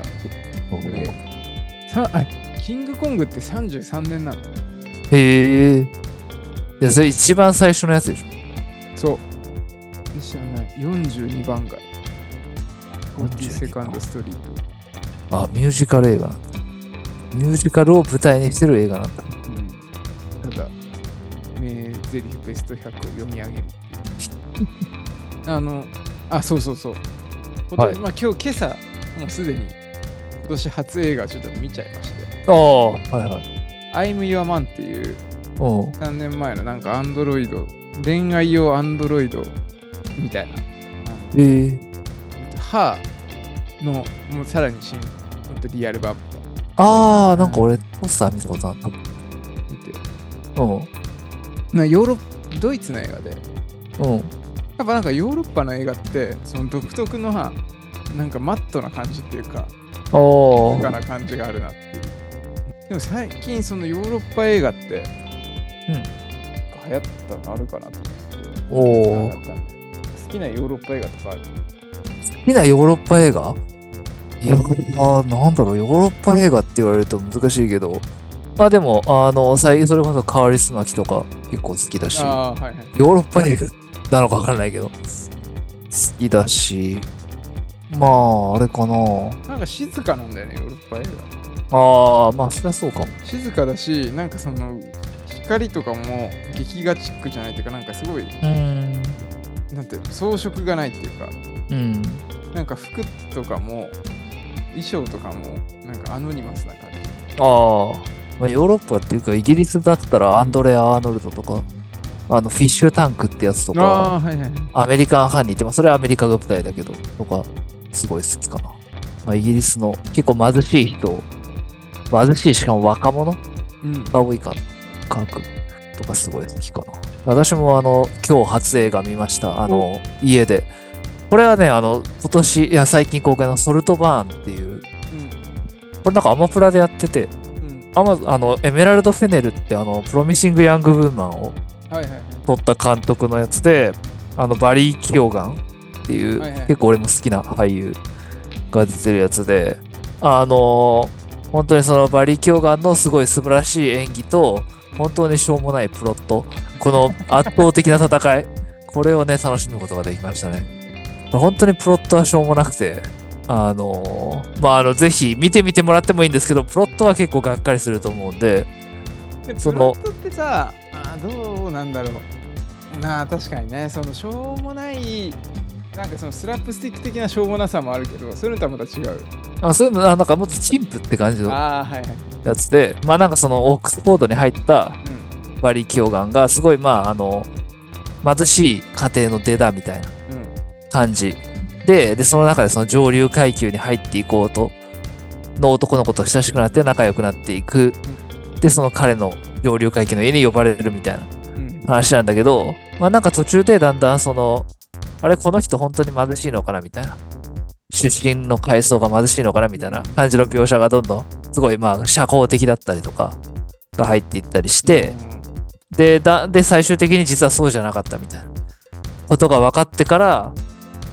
さあ、キングコングってさんじゅうさんねんなの。 へえ。いや、それ一番最初のやつでしょ。 そう。知らない。よんじゅうにばん街。フォーティーセカンドストリート。あ、ミュージカル映画なんだ。ミュージカルを舞台にしてる映画なんだ。 うん。ただ、名台詞ベストひゃくを読み上げるっていう。あの、あ、そうそうそう。はい、まあ、今日、今朝、もうすでに今年初映画ちょっと見ちゃいまして。 ああ、はいはい。 I'm Your Man っていうさんねんまえのなんかアンドロイド、恋愛用アンドロイドみたいな。 えー、 ハーのもうさらに新、ほんとリアル版。 ああ、なんか俺ポスター見たことあるな。見て。 うん。 なヨーロッドイツの映画で。 うん。 やっぱなんかヨーロッパの映画ってその独特のなんかマットな感じっていうか、 おかな感じがあるなっていう。でも最近そのヨーロッパ映画って、 うん、 流行ったのあるかなと思って。 お好きなヨーロッパ映画とかある？ 好きなヨーロッパ映画？いや、あなんだろう、ヨーロッパ映画って言われると難しいけど、まあでも、あの、最近それこそカーリスマキとか結構好きだし、 あ、はいはい、 ヨーロッパ映画なのかわからないけど、好きだし、まあ、あれかな。 なんか静かなんだよね、ヨーロッパ映画。ああ、まあ、そりゃそうかも。 静かだし、なんかその、光とかも劇画チックじゃないっていうか、なんかすごい、うーん、 なんていうの、装飾がないっていうか、 うん、 なんか服とかも、衣装とかも、なんかアノニマスな感じ。 ああ、まあ、ヨーロッパっていうか、イギリスだったらアンドレ・アーノルドとか、あの、フィッシュタンクってやつとか、 あ、はいはい、 アメリカンハニーって、まあ、それはアメリカが舞台だけど、とか、すごい好きかな。まあ、イギリスの結構貧しい人、貧しいしかも若者が多いか、うん、書くとかすごい好きかな。私もあの、今日初映画見ました。あの、家で。これはね、あの、今年、いや、最近公開のソルトバーンっていう、うん、これなんかアマプラでやってて、うん、アマあの、エメラルド・フェネルってあの、プロミシング・ヤング・ウーマンを撮った監督のやつで、あの、バリー・キヨガンっていう、はいはい、結構俺も好きな俳優が出てるやつで、あのー、本当にそのバリー・キヨガンのすごい素晴らしい演技と、本当にしょうもないプロット、この圧倒的な戦い、これをね、楽しむことができましたね。本当にプロットはしょうもなくて、あのー、まあ、あの、ぜひ見てみてもらってもいいんですけど、プロットは結構がっかりすると思うんで、 でそのプロットってさ、あどうなんだろう。なあ、確かにね、そのしょうもない、なんかそのスラップスティック的なしょうもなさもあるけど、それとはまた違う。 あ、そういうの、なんかもっとチンプって感じのやつで、 はいはい、 まあなんかそのオックスフォードに入ったバリー・キヨガンが、すごいまああの、貧しい家庭の出だみたいな感じ。うん、で、で、その中でその上流階級に入っていこうと、の男の子と親しくなって仲良くなっていく。うん、で、その彼の上流階級の家に呼ばれるみたいな話なんだけど、まあなんか途中でだんだんその、あれこの人本当に貧しいのかなみたいな。出身の階層が貧しいのかなみたいな感じの描写がどんどん、すごいまあ社交的だったりとかが入っていったりして、で、だ、で最終的に実はそうじゃなかったみたいなことが分かってから、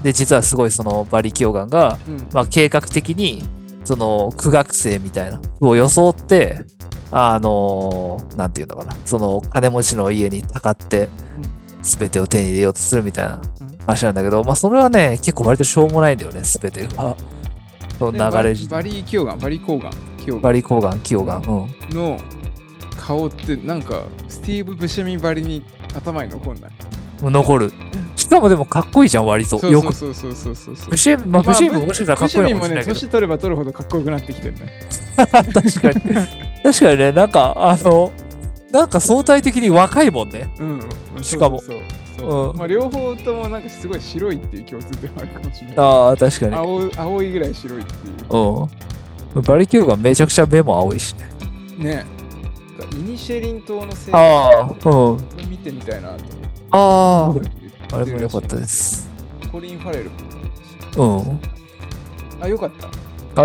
で、実はすごいそのバリキオガンが、 うんまあ、計画的に、その苦学生みたいな、を装って、あのーなんていうのかな、その金持ちの家にたかって、すべてを手に入れようとするみたいな話なんだけど、まあそれはね、結構割としょうもないんだよね、すべてが。その流れ自体。 バリキオガン、バリコーガン、キオガンバリコーガン、キオガン。うん。 の顔ってなんかスティーブ・ブシェミバリに頭に残んない。 残る。しかもでもかっこいいじゃん、割と。よく。 そうそうそうそうそうそう。 ブシェミ、まあ、ブシェミももしかしたらかっこいいかもしれないけど。 ブシェミもね、年取れば取るほどかっこよくなってきてるね。 確かに。確かにね、なんか、あの、なんか相対的に若いもんね。 うん。 しかも。 そうそうそううん、 まあ両方ともなんかすごい白いっていう共通点はあるかもしれない。 ああ、確かに。 青青いぐらい白いっていう。 うん。バリキューがめちゃくちゃ目も青いしね。 ねえ。イニシェリン島のせいああ、うん。 見てみたいなと思って。 ああ、あれも良かったです。 コリン・ファレルも。 うん。 あ、良かった。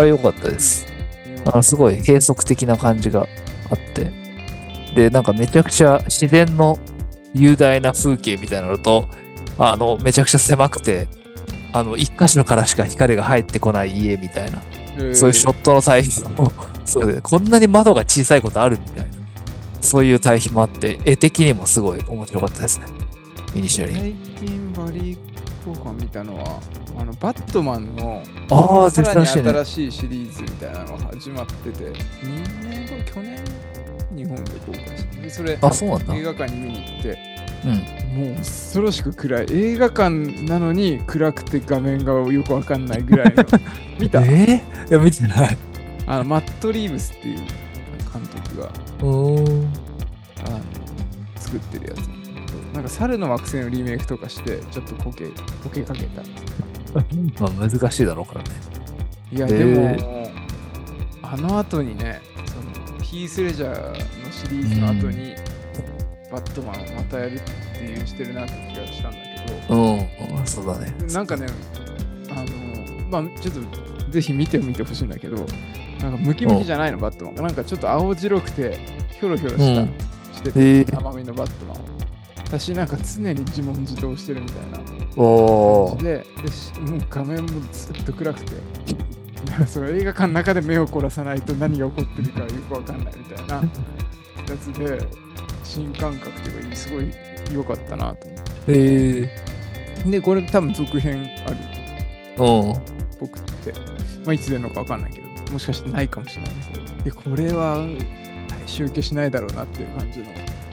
あれ良かったです。あのすごい閉塞的な感じがあって。で、なんかめちゃくちゃ自然の雄大な風景みたいなのと、あの、めちゃくちゃ狭くて、あの、一箇所からしか光が入ってこない家みたいな、えー、そういうショットの対比も、そうで、こんなに窓が小さいことあるみたいな、そういう対比もあって、絵的にもすごい面白かったですね。イニシャリ最近バリー効果見たのは、あの、バットマンの、 ああ、 さらに新しいシリーズみたいなのが始まってて、にねんご、去年、日本で公開して、でそれあ、そうなんだ。 映画館に見に行って、 うん、 もう恐ろしく暗い。映画館なのに暗くて画面がよくわかんないぐらいの。見た？ えー、いや、見てない。 あのマット・リーブスっていう監督があの作ってるやつ。なんか猿の惑星のリメイクとかして、ちょっとこけ、こけかけた。 まあ難しいだろうからね。 いや、でも、あの後にね、そのヒース・レジャーのシリーズの後に、バットマンをまたやるっていうしてるなって気がしたんだけど、 うん、そうだね。 なんかね、あの、まあちょっとぜひ見てみてほしいんだけど、なんかムキムキじゃないの、バットマンが。なんかちょっと青白くて、ひょろひょろした、うん、してて、えー、甘みのバットマンを。私なんか常に自問自答してるみたいな感じで、でもう画面もずっと暗くて、その映画館の中で目を凝らさないと何が起こってるかよくわかんないみたいなやつで、新感覚というかすごい良かったなと思って。 へえ。で、これ多分続編ある。 うん。 僕って。まあいつ出るのかわかんないけど、もしかしてないかもしれないですけど。で、これは集計しないだろうなっていう感じの。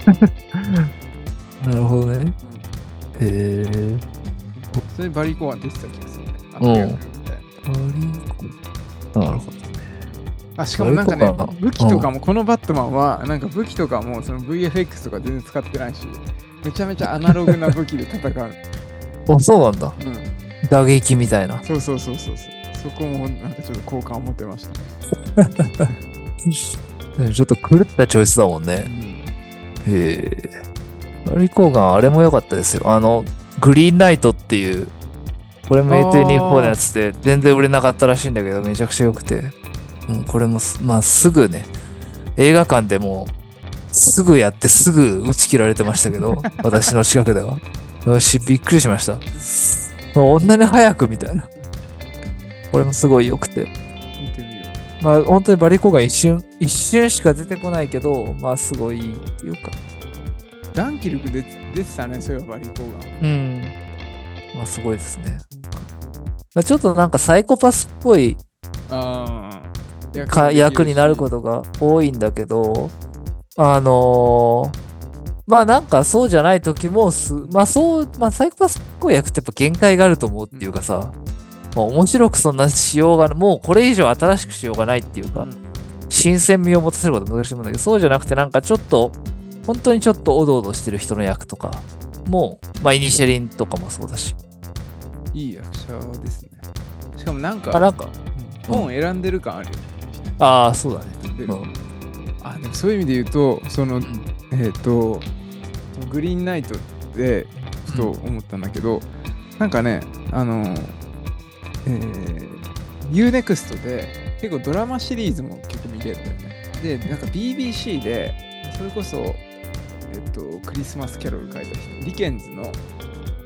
なるほどね。うん、へえ。 それバリコーン出てた気がするね。あの役みたいな。バリコーン。なるほど。 あ、しかもなんかね、武器とかも、このバットマンは、なんか武器とかもその ブイエフエックス とか全然使ってないし、めちゃめちゃアナログな武器で戦う。 あ、そうなんだ。うん。打撃みたいな。 そうそうそうそう。そこもなんかちょっと好感を持ってましたね。 ちょっと狂ったチョイスだもんね。うん、へえ。バリコーガン、あれも良かったですよ。あの、グリーンナイトっていう、これも エートゥーエヌフォー のやつで全然売れなかったらしいんだけど、めちゃくちゃ良くて。うん、これも、まあ、すぐね、映画館でも、すぐやってすぐ打ち切られてましたけど、私の近くでは。よし、びっくりしました。こんなに早くみたいな。これもすごい良くて。 見てみよう。まあ、本当にバリコーガン一瞬、一瞬しか出てこないけど、まあ、すごいいいっていうか。 ダンキルク出てたね、そういえばバリコーガン。うん。まあ、すごいですね。まあ、ちょっとなんかサイコパスっぽい。 ああ。 か役になることが多いんだけど、あのー、まあなんかそうじゃない時もす、まあそう、まあサイコパスっぽい役ってやっぱ限界があると思うっていうかさ、まあ、面白くそんなしようが、もうこれ以上新しくしようがないっていうか、うん、新鮮味を持たせることは難しいもんだけど、そうじゃなくてなんかちょっと、本当にちょっとおどおどしてる人の役とかも、まあイニシャリンとかもそうだし。 いい役者ですね。しかもなんか、 あ、なんか、 本選んでる感あるよね。 ああ、そうだね。 うん、あ、でもそういう意味で言うと、その、うん、えっ、ー、と、グリーンナイトで、ふと思ったんだけど、うん、なんかね、あの、えー、ユーネクスト で結構ドラマシリーズも結構見れるんだよね。で、なんか ビービーシー で、それこそ、えっ、ー、と、クリスマスキャロル書いた人、リケンズの、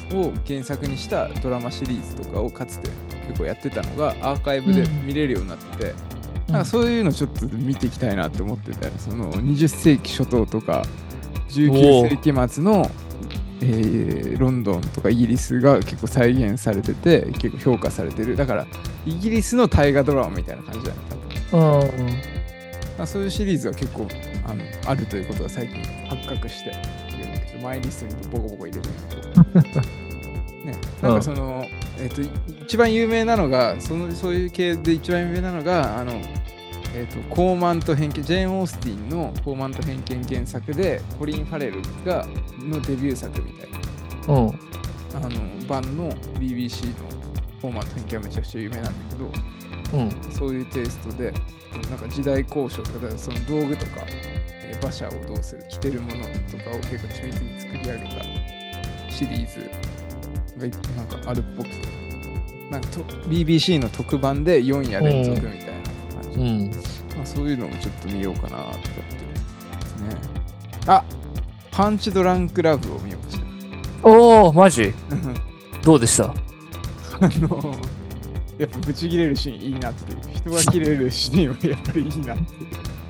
を原作にしたドラマシリーズとかをかつて結構やってたのがアーカイブで見れるようになってて、うん、なんかそういうのちょっと見ていきたいなって思ってたよ。そのにじゅっせいき初頭とかじゅうきゅうせいき末の、えー、ロンドンとかイギリスが結構再現されてて結構評価されてる。だからイギリスの大河ドラマみたいな感じだね多分。うん、まあ、そういうシリーズは結構 あのあるということが最近発覚してマイリストにボコボコ入れるんだけどね、なんかその、えー、と一番有名なのがそのそういう系で一番有名なのがあの、えー、と高慢と偏見ジェーン・オースティンの高慢と偏見原作でコリン・ファレルがのデビュー作みたいな、うん、あの版の ビービーシー の高慢と偏見はめちゃくちゃ有名なんだけど、うん、そういうテイストでなんか時代交渉とかその道具とか馬車をどうする着てるものとかを結構緻密に作り上げたシリーズがなんかあるっぽくてなんかと ビービーシー の特番でよんや連続みたいな感じ、うん、まあ、そういうのもちょっと見ようかなと思ってですね。あ、パンチドランクラブを見ました。 おーマジどうでした？あのやっぱブチ切れるシーンいいなっていう人が切れるシーンはやっぱりいいなっていう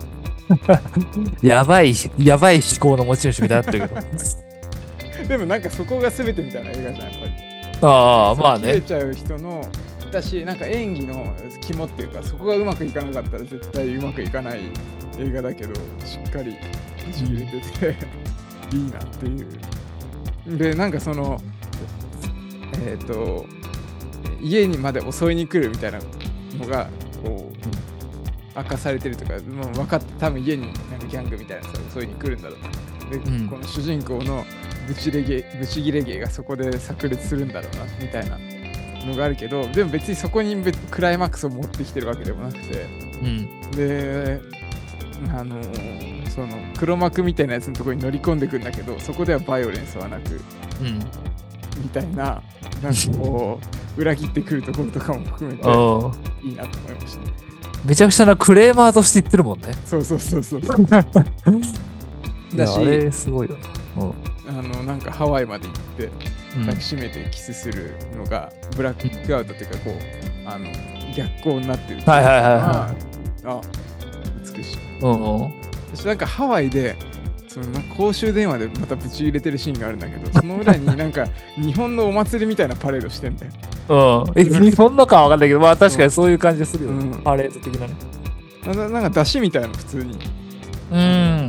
やばい、やばい思考の持ち主みたいになってるけどでもなんかそこが全てみたいな映画じゃんやっぱり。 ああまあね。 切れちゃう人のだしなんか演技の肝っていうかそこがうまくいかなかったら絶対うまくいかない映画だけどしっかりぶち切れてていいなっていう。でなんかそのえっ、ー、と家にまで襲いに来るみたいなのがこう明かされてるとか、もう分かって多分家になんかギャングみたいなさ襲いに来るんだろう。で、うん、この主人公のブチレゲブチギレ芸がそこで炸裂するんだろうなみたいなのがあるけど、でも別にそこにクライマックスを持ってきてるわけでもなくて、うん、であのー、その黒幕みたいなやつのところに乗り込んでくんだけど、そこではバイオレンスはなく、うん、みたいななんかこう裏切ってくるところとかも含めていいなと思いましたね。 めちゃくちゃなクレーマーとして言ってるもんね。 そうそうそうそうだしあれすごいよな、うん、 あのなんかハワイまで行って抱きしめてキスするのが、うん、ブラックアウトっていうかこうあの逆光になってるっていう、はいはいはい、はい、あ美しい、うんうん、私なんかハワイでその公衆電話でまたぶち入れてるシーンがあるんだけど、その裏になんか日本のお祭りみたいなパレードしてんだよ。 うん、え日本のかは分かんないけど、まあ確かにそういう感じするよね、うん、パレード的なね。 な, なんか出汁みたいなの普通に。 うん。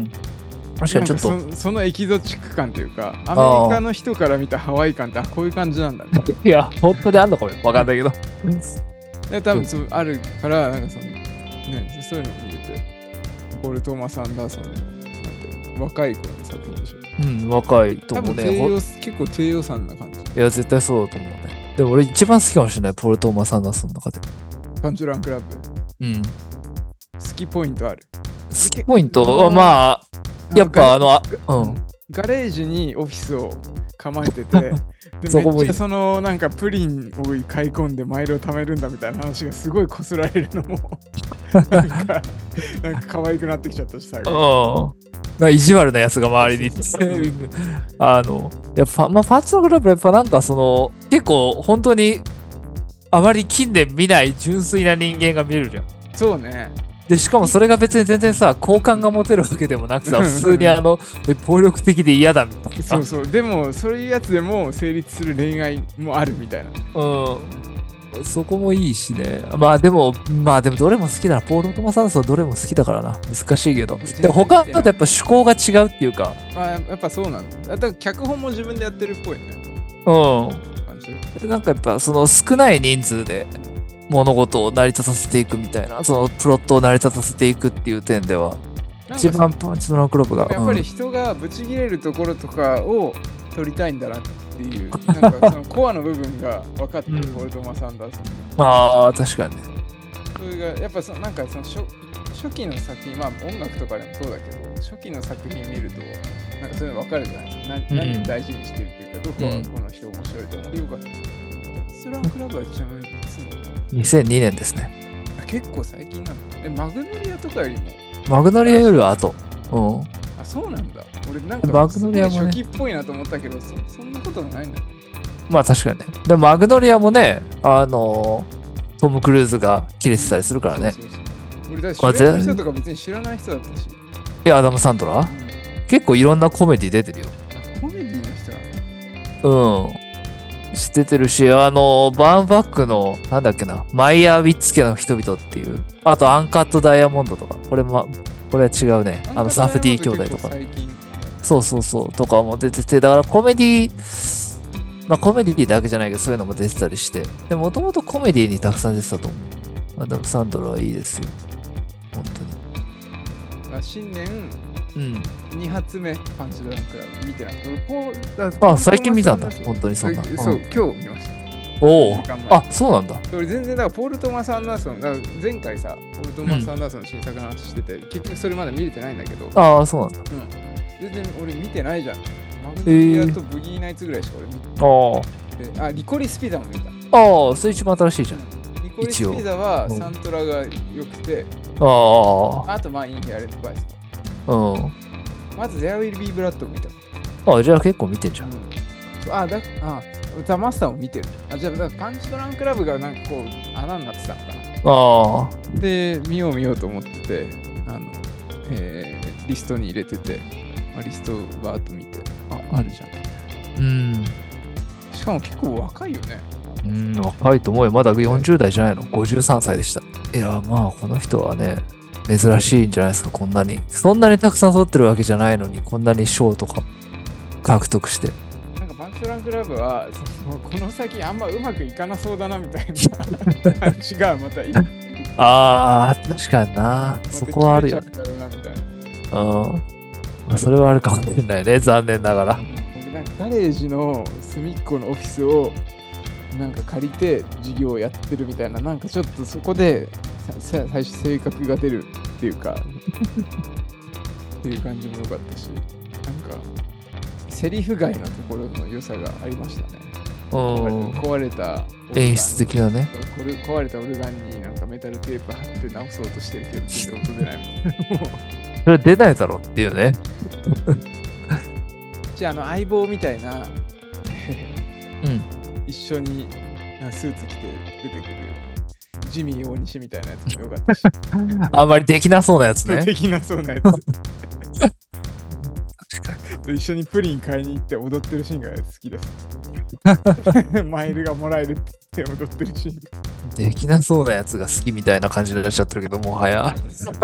確かにちょっとそ, そのエキゾチック感というか、アメリカの人から見たハワイ感ってあこういう感じなんだね。 いや本当にあんのかも分かんないけど。 で多分そうあるからなんかそのねそういうのを見てて、ポール・トーマス・アンダーソンなんて若い頃の作品でしょ。 うん、若いと思うね。 結構低予算な感じ。 いや絶対そうだと思うね。でも俺一番好きかもしれない、ポール・トーマス・アンダーソンの中で。 パンチランクラブ。うん。好きポイントある。 好きポイントまあ、やっぱあの、あうん。 ガレージにオフィスを構えてて、でそこもめっちゃそのなんかプリンを買い込んでマイルを貯めるんだみたいな話がすごいこすられるのもなんか、なんか可愛くなってきちゃったし、最後。 うん。意地悪なやつが周りにあのやっぱ、まあ、パンチランクラブやっぱなんかその結構本当にあまり近年見ない純粋な人間が見れるじゃん。 そうね。 でしかもそれが別に全然さ好感が持てるわけでもなくさ普通にあの暴力的で嫌だみたいな。 そうそうでもそういうやつでも成立する恋愛もあるみたいな。 うんそこもいいしね。まあでもまあでもどれも好きだな。ポール・トマス・アンダーソンどれも好きだからな。難しいけどで他とやっぱ趣向が違うっていうか。 まあやっぱそうなんだ。だから脚本も自分でやってるっぽいね。 うんなんかやっぱその少ない人数で物事を成り立たせていくみたいな、そのプロットを成り立たせていくっていう点では一番パンチドランクラブがやっぱり人がブチ切れるところとかを撮りたいんだなっていうなんかそのコアの部分が分かってる、うん、ポール・トーマス・アンダーソン。 ああ確かにね。 それがやっぱそのなんかその 初, 初期の作品、まあ音楽とかでもそうだけど初期の作品見るとなんかそういうの分かるじゃないですか。何、うん、何を大事にしてるっていうかどこはこの人面白いと思ってよかった。パンチドランクラブはちなみにいつのにせんにねんですね。 結構最近なの。え、マグノリアとかよりもマグノリアよりは後。うん。 あ、そうなんだ。俺なんかマグノリアも、ね、初期っぽいなと思ったけど そ, そんなことはないんだ。 まあ確かにね。でもマグノリアもね、あのー、トム・クルーズが切れてたりするからね。 そうそうそう俺だって主演の人とか別に知らない人だったし。 いや、アダム・サンドラー、うん、結構いろんなコメディ出てるよ。 コメディの人なの？ うん。出てるし、あの、バーンバックの、なんだっけな、マイヤー・ウィッツ家の人々っていう、あとアンカット・ダイヤモンドとか、これも、これは違うね。あの、サフディ兄弟とか。そうそうそう、とかも出てて、だからコメディ、まあコメディだけじゃないけど、そういうのも出てたりして、でもともとコメディにたくさん出てたと思う。アダム・サンドラはいいですよ。本当に。 新年、 うん。 に発目、パンチドランクラブ見てない。 あ、最近見たんだ。本当にそんな。 そう、今日見ました。 おお。あ、そうなんだ。 俺全然、だからポール・トマス・アンダーソン、だから前回さ、ポール・トマス・アンダーソンの新作の話してて、うん、結局それまだ見れてないんだけど。 ああ、そうなんだ。 うん。全然俺見てないじゃん。マグノリアとブギーナイツぐらいしか俺見てない。えー、ああ、リコリス・ピザも見た。 ああ、それ一番新しいじゃん。 リコリス・ピザはサントラが良くて、 ああ。 あとまあ、インヘアレント・バイス。 うん。 まず、There Will Be Blood を見た。 ああ、じゃあ結構見てんじゃん。うん、 あ、だ、あ、ザ・マスターも見てる。あ、じゃあ、だパンチドランクラブがなんかこう、穴になってたのかな。 ああ。で、見よう見ようと思ってて、あの、えー、リストに入れてて、まあ、リストバーっと見て、あ、あるじゃん。 うん。 しかも結構若いよね。 うん、若いと思うよ。まだよんじゅう代じゃないの？ ごじゅうさん 歳でした。いや、まあ、この人はね、珍しいんじゃないですか、こんなに。そんなにたくさん取ってるわけじゃないのに、こんなに賞とか獲得して。 なんかパンチドランクラブは、この先あんまうまくいかなそうだなみたいな感じがまたいい。 ああ、確かにな。そこはあるよね。うん。まあ、それはあるかもしれないね、残念ながら。 なんかガレージの隅っこのオフィスをなんか借りて事業をやってるみたいな、なんかちょっとそこで最初性格が出るっていうかっていう感じも良かったし、なんかセリフ外のところの良さがありましたね。壊れた演出的なね。 壊れたオルガンになんかメタルテープ貼って直そうとしてるけど全然音出ないもん。 それ出ないだろっていうね。 じゃあ、あの相棒みたいな、うん、一緒にスーツ着て出てくるジミー大西みたいなやつもよかったし。 あんまりできなそうなやつね。 できなそうなやつ。一緒にプリン買いに行って踊ってるシーンが好きです。マイルがもらえるって言って踊ってるシーンが。 できなそうなやつが好きみたいな感じでいらっしゃってるけど、もはや。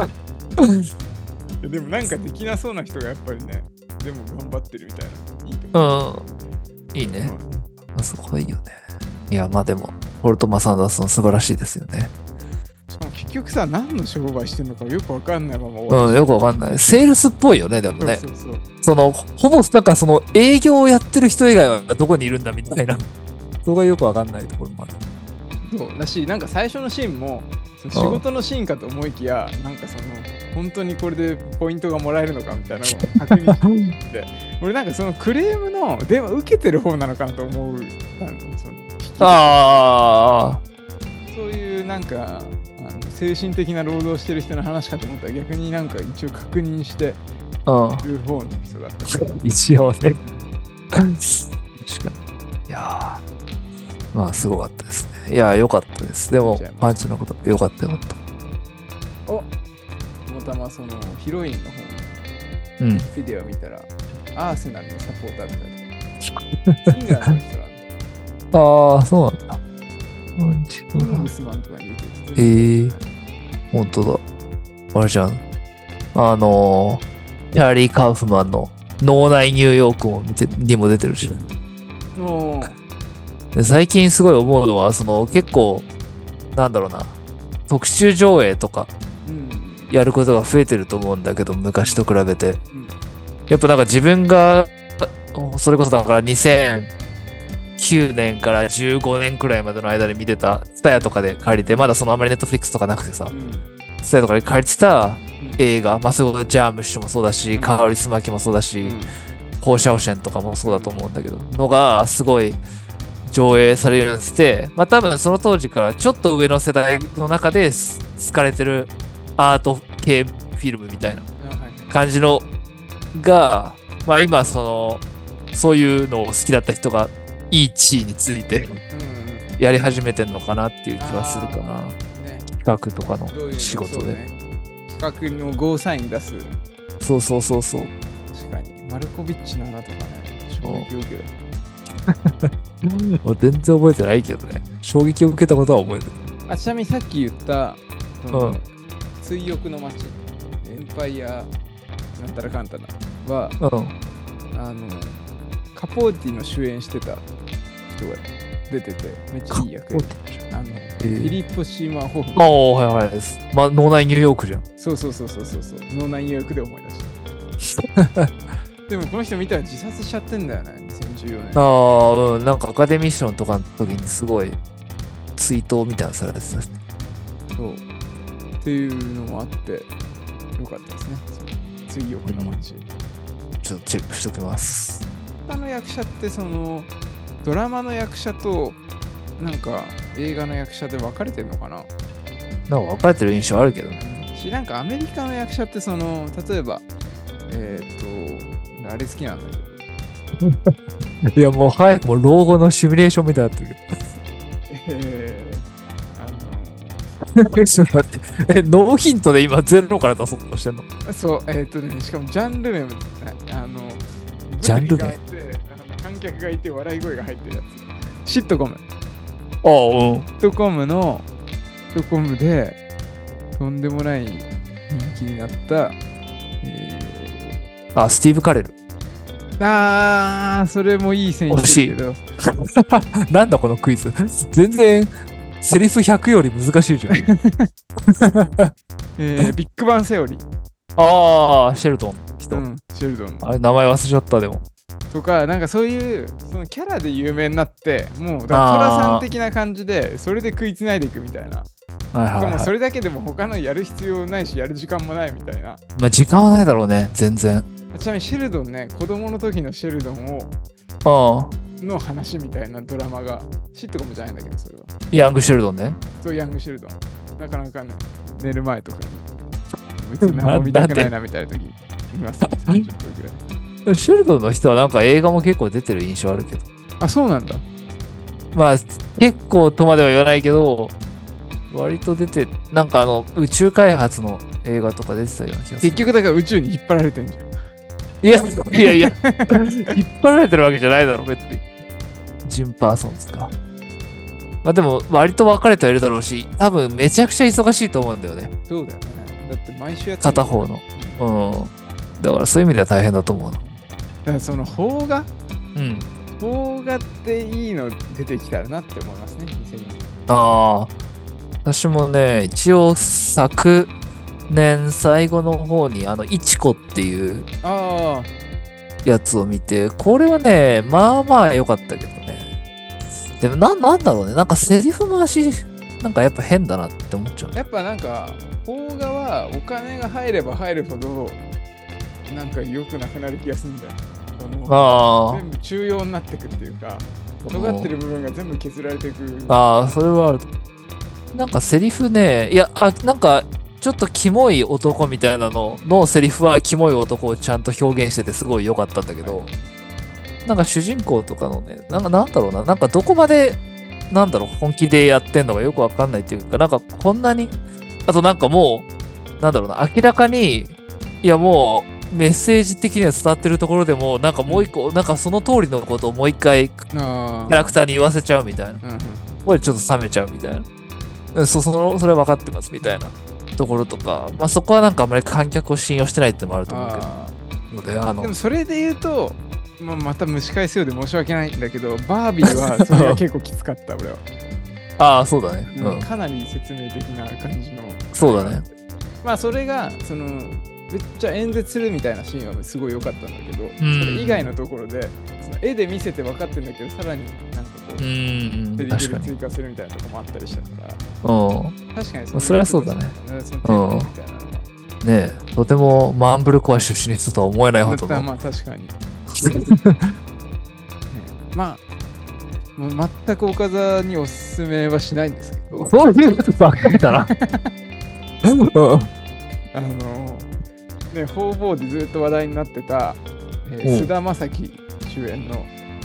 でもなんかできなそうな人がやっぱりね、でも頑張ってるみたいな。いいうん。いいね。うん、あそこはいいよね。いや、まあでも、ポルトマ・サンダーソン素晴らしいですよね。 しかも結局さ、何の商売してんのかよくわかんないまま終わる。うん、よくわかんない。セールスっぽいよね、でもね。 そうそうそう。 その、ほぼ、なんかその営業をやってる人以外はどこにいるんだみたいな。そこがよくわかんないところもある。 そうだし、なんか最初のシーンも、仕事のシーンかと思いきや、なんかその、本当にこれでポイントがもらえるのかみたいなのを確認して俺なんかそのクレームの電話受けてる方なのかなと思う。そのああ。 そういうなんかあの精神的な労働してる人の話かと思ったら逆になんか一応確認してる方の人だった。 一応ね。確かに。いやー、まあすごかったですね。いやーよかったです。でもパンチのことよかったよかった。 おたまそのヒロインの方のビデオ見たら、うん、アーセナルのサポーターとかシンガーの人なんだ。ああ、そうなんだ。 キングスマンとかに出てる。 えー、ほんとだ。あれじゃん。あのー、チャーリー・カウフマンの脳内ニューヨークも見てにも出てるし。で最近すごい思うのは、その結構、なんだろうな、特集上映とか、やることが増えてると思うんだけど、昔と比べて。やっぱなんか自分が、それこそだからにせんきゅうねんからじゅうごねんくらいまでの間で見てた、ツタヤとかで借りて、まだそのあんまりネットフリックスとかなくてさ、ツタヤとかで借りてた映画、まあ、すごいジャームッシュもそうだし、カーリスマキもそうだし、ホーシャオシェンとかもそうだと思うんだけど、のがすごい上映されるようにして、まあ多分その当時からちょっと上の世代の中で好かれてるアート系フィルムみたいな感じのが、まあ今その、そういうのを好きだった人がいい地位についてうんうんやり始めてんのかなっていう気はするかな。 あーね、 企画とかのどういう仕事で。 そうね、企画のゴーサイン出す。 そうそうそうそう。 確かに。マルコビッチの穴とかね、衝撃を受ける。 もう全然覚えてないけどね。衝撃を受けたことは覚えてる。 あ、ちなみにさっき言った、そのうん追憶の街、エンパイアなんたらかんたらは、 うん。 あの、カポーティの主演してた人が出てて、めっちゃいい役やあの、 ーフィリップ・シーマー・ホフああ、はいはいです。まあ、脳内ニューヨークじゃん。 そうそうそうそうそうそう、脳内ニューヨークで思い出したでもこの人見たら自殺しちゃってんだよね、にせんじゅうよねん。 ああ、うん。なんかアカデミー賞とかの時にすごい追悼みたいなのされてたし。 そうっていうのもあってよかったですね、その追憶の街。 ちょっとチェックしときます。 他の役者ってそのドラマの役者となんか映画の役者で分かれてるのかな。 なんか分かれてる印象あるけどね。 し、なんかアメリカの役者ってその例えばえー、っとあれ好きなんだけど、 いや、もう早くもう老後のシミュレーションみたいになってるえー、 けど。ちょっと待って。え、ノーヒントで今ゼロから出そうとしてんの？ あのそうえー、っとね、しかもジャンル名もね、あのジャンル名舞台があってあの観客がいて笑い声が入ってるやつ、シットコムああ、うん。 シットコムのシットコムでとんでもない人気になった、えあ、スティーブ・カレル。 ー、あーそれもいい選手ですけど、 なんだこのクイズ。全然、セリフひゃくより難しいじゃん。 えー、ビッグバンセオリー、 ああ、シェルトン。人。 うん、シェルドンあれ、名前忘れちゃった、でも。 とか、なんかそういうそのキャラで有名になって、もうだからトラさん的な感じでそれで食いつないでいくみたいな。 はいはい、はい。 でもそれだけでも他のやる必要ないしやる時間もないみたいな。 まあ、時間はないだろうね、全然。 ちなみにシェルドンね、子供の時のシェルドンをああ。 の話みたいなドラマがシットコムじゃないんだけど、それはヤング・シェルドンね。 そう、ヤングシェルドンなかなかね、寝る前とかに別に何も見たくないなみたいな時に見ます、ね、さんじゅっぷんぐらい。 シェルドンの人はなんか映画も結構出てる印象あるけど。 あ、そうなんだ。 まあ、結構とまでは言わないけど、割と出て、なんかあの、宇宙開発の映画とか出てたような気がする。 結局だから宇宙に引っ張られてんじゃん。 いや、いやいや、引っ張られてるわけじゃないだろ、別に。ジン・パーソンですか。まあでも、割と分かれてはいるだろうし、多分めちゃくちゃ忙しいと思うんだよね。 そうだよね。だって毎週やって片方の。うん。だからそういう意味では大変だと思うな。 だからその邦画うん。 邦画っていいの出てきたらなって思いますね、にせんにじゅう。 ああ。私もね、一応昨年最後の方に、あの、イチコっていうあやつを見て、これはね、まあまあ良かったけどね。でもな、なんだろうね。なんかセリフ回し、なんかやっぱ変だなって思っちゃうあ、。やっぱなんか邦画はお金が入れば入るほどなんか良くなくなる気がするんだよ。このあ全部中庸になってくっていうか、尖ってる部分が全部削られていく。 あ。ああ、それはある。なんかセリフね、いや、あ、なんか、ちょっとキモい男みたいなののセリフはキモい男をちゃんと表現しててすごい良かったんだけど、なんか主人公とかのね、なんかなんだろうな、なんかどこまで、なんだろう、本気でやってんのかよくわかんないっていうか、なんかこんなに、あとなんかもう、なんだろうな、明らかに、いやもう、メッセージ的には伝わってるところでも、なんかもう一個、なんかその通りのことをもう一回、キあャラクターに言わせちゃうみたいな。 うんうん、 これちょっと冷めちゃうみたいな。うんそ、その、それは分かってますみたいなところとか、まあそこはなんかあんまり観客を信用してないってのもあると思うけど。 あので、あのでも、それで言うと、まあ、また蒸し返すようで申し訳ないんだけど、バービーはそれが結構きつかった俺は、 ああ、そうだね。ううんん。 かなり説明的な感じの。 そうだね。 まあそれがそのめっちゃ演説するみたいなシーンはすごい良かったんだけど、 んそれ以外のところでその絵で見せて分かってるんだけど、さらになんかこう、 うん、 セリ確かに。 フで追加するみたいなとこもあったりしたから、 うん。 確かにまあそれはそうだね。 そのテーマみたいなのは、 ねえ、とてもマンブルコア出身の人とは思えないほどの。 まあ確かに、ねまあもう全く岡澤におすすめはしないんですけど、 そういうことばっかりだな。うんあのね、方々でずっと話題になってた、えーうん菅田将暉主演の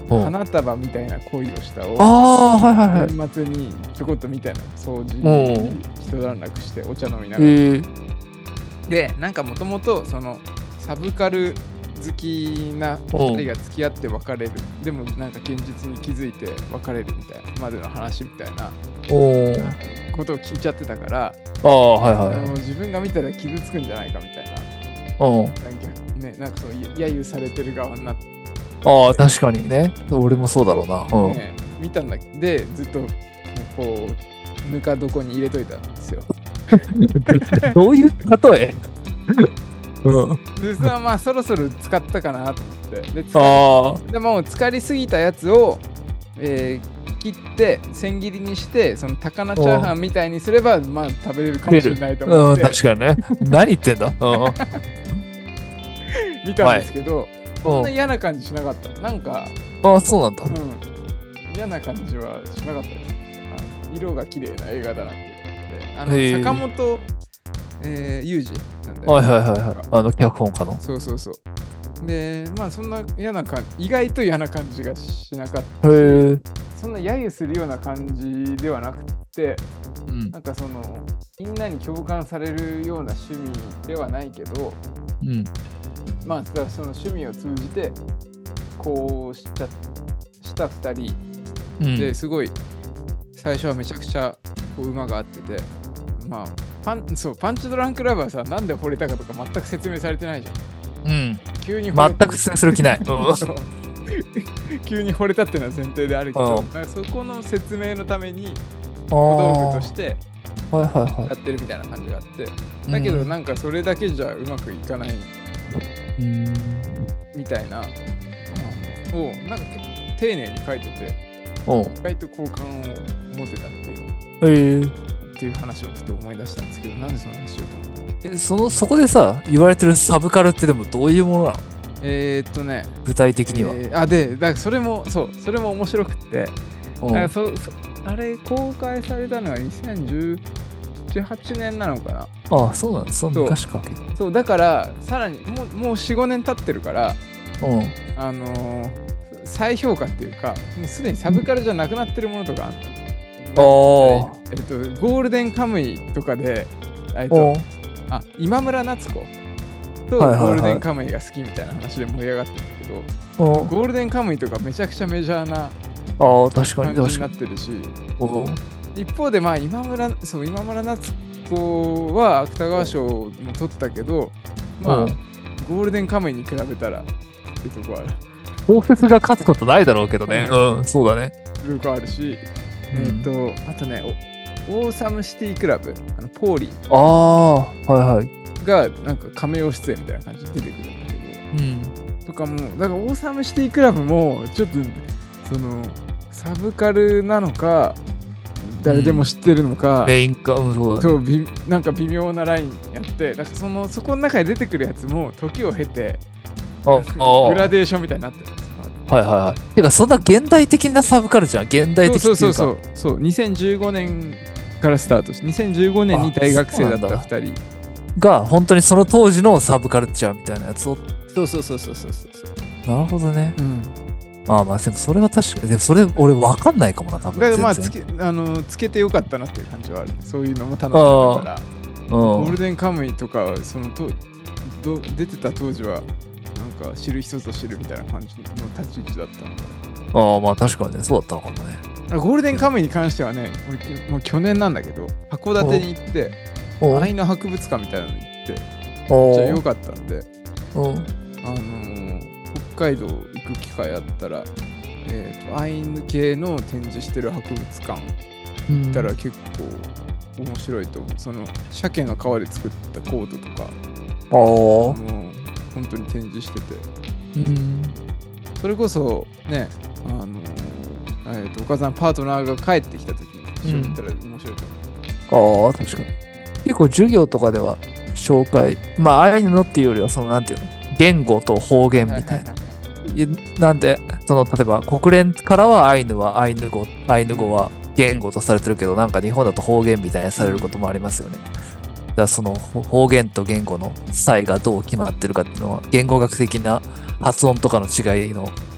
うん花束みたいな恋をしたをああ、はいはいはい。 年末にちょこっとみたいな掃除うんに一段落してお茶飲みながら、 えー、 でなんかもともとそのサブカル好きなふたりが付き合って別れる、でもなんか現実に気づいて別れるみたいなまでの話みたいなおーことを聞いちゃってたから、 ああ、はいはいあの自分が見たら傷つくんじゃないかみたいな、 うん。 なんかね、なんかそう揶揄されてる側になって、 ああ、確かにね。俺もそうだろうな。うん。 ね、見たんだけど、でずっとこうぬか床に入れといたんですよ。 どういう例えうん。 でそれはまあそろそろ使ったかなと思って、で使ああ。 でも浸かりすぎたやつを、えー切って千切りにしてその高菜チャーハンみたいにすればまあ食べれるかもしれないと思うん、 って確かにね。何言ってんだうん。 見たんですけど、そんなうん嫌な感じしなかった。なんか、 ああ、そうなんだ。 うん、嫌な感じはしなかったです。あ色が綺麗な映画だなって思って。あのへー坂本、えー、裕二なんだよねはいはいはいはい。あの、脚本家の。 そうそうそう。で、まあそんな嫌な感じ、意外と嫌な感じがしなかった。 へえ。 そんな揶揄するような感じではなくて、 うんなんかその、みんなに共感されるような趣味ではないけど、 うん。 まあその趣味を通じて、こうしちゃしたふたりうん。 ですごい、最初はめちゃくちゃこう馬が合ってて、まあ、パンそうパンチドランクラブはさ、なんで惚れたかとか全く説明されてないじゃん。 うん。 急に惚れ全く説明する気ない。うん。 そう急に惚れたっていうのは前提であるけど、 うんなんかそこの説明のためにあ小道具あとしてはいはいはやってるみたいな感じがあって、 い。 だけどうんなんかそれだけじゃうまくいかないうん。 みたいなのをなんか結構丁寧に書いてて、 おう意外と好感を持てたっていうへえ。 っていう話をちょっと思い出したんですけど、なんでその話しようと思ったえ、その、そこでさ、言われてるサブカルってでもどういうものなのえー、っとね、 具体的には。 えーあでだからそれもそうそれも面白くって、 うんなんかそそあれ公開されたのはにせんじゅうなな、はちねんなのかな。 ああ、そうなんだ。その昔か。 そうだからさらにもうもうよん、ごねん経ってるから、 うん。 あのー再評価っていうか、もうすでにサブカルじゃなくなってるものとかあるの。 あえっと、ゴールデンカムイとかで、えっあ。 と、あ今村夏子とゴはいはいはいールデンカムイが好きみたいな話で盛り上がってるんだけど、 おゴールデンカムイとかめちゃくちゃメジャーなああ、確かに感じに確かに。 なってるし、 お一方でまあ今村そう今村夏子は芥川賞も取ったけど、まあうんゴールデンカムイに比べたらってとこは小説が勝つことないだろうけどね。うん、そうだね。 ルークあるし、 うんえっ、とあとねおオーサムシティクラブあのポーリああ、はいはい。 ーがなんかカメオ出演みたいな感じで出てくるんだけうん。 どとかもだからオーサムシティクラブもちょっとそのサブカルなのか誰でも知ってるのか、 メインか、うん、そうだね。 そうびなんか微妙なラインやってだからそのそこの中で出てくるやつも時を経てああグラデーションみたいになってるんですよ。 はいはいはい。てか、そんな現代的なサブカルじゃん。現代的っていうか。 そうそうそうそうそうにせんじゅうごねんからスタートしてにせんじゅうごねんに大学生だったふたりが、本当にその当時のサブカルチャーみたいなやつを。 そうそうそうそうそうそうなるほどね。 うんまあまあ、でもそれは確かに。でもそれ、俺分かんないかもな、多分。 だからまあ全然つけあのつけてよかったなっていう感じはあるそういうのも楽しかったからゴールデンカムイとかはそのとど出てた当時はなんか知る人ぞ知るみたいな感じの立ち位置だったのでうん。ああ、まあ確かにね、そうだったのかもね。 ゴールデンカムイに関してはね俺もう去年なんだけど函館に行ってお愛の博物館みたいなのに行っておじゃあよかったんでおあのー北海道行く機会あったら、えーとアイヌ系の展示してる博物館行ったら結構面白いと思う。その鮭の皮で作ったコートとかああ。 もう本当に展示しててうん。 それこそねあのーえーとお母さんパートナーが帰ってきた時に一緒に行ったら面白いと思う。 ああ、確かに。結構授業とかでは紹介、まあ、ああいうのっていうよりは、その、なんていうの、言語と方言みたいな。いなんで、その、例えば、国連からはアイヌはアイヌ語、アイヌ語は言語とされてるけど、なんか日本だと方言みたいにされることもありますよね。だからそのほ方言と言語の差異がどう決まってるかっていうのは、言語学的な発音とかの違いの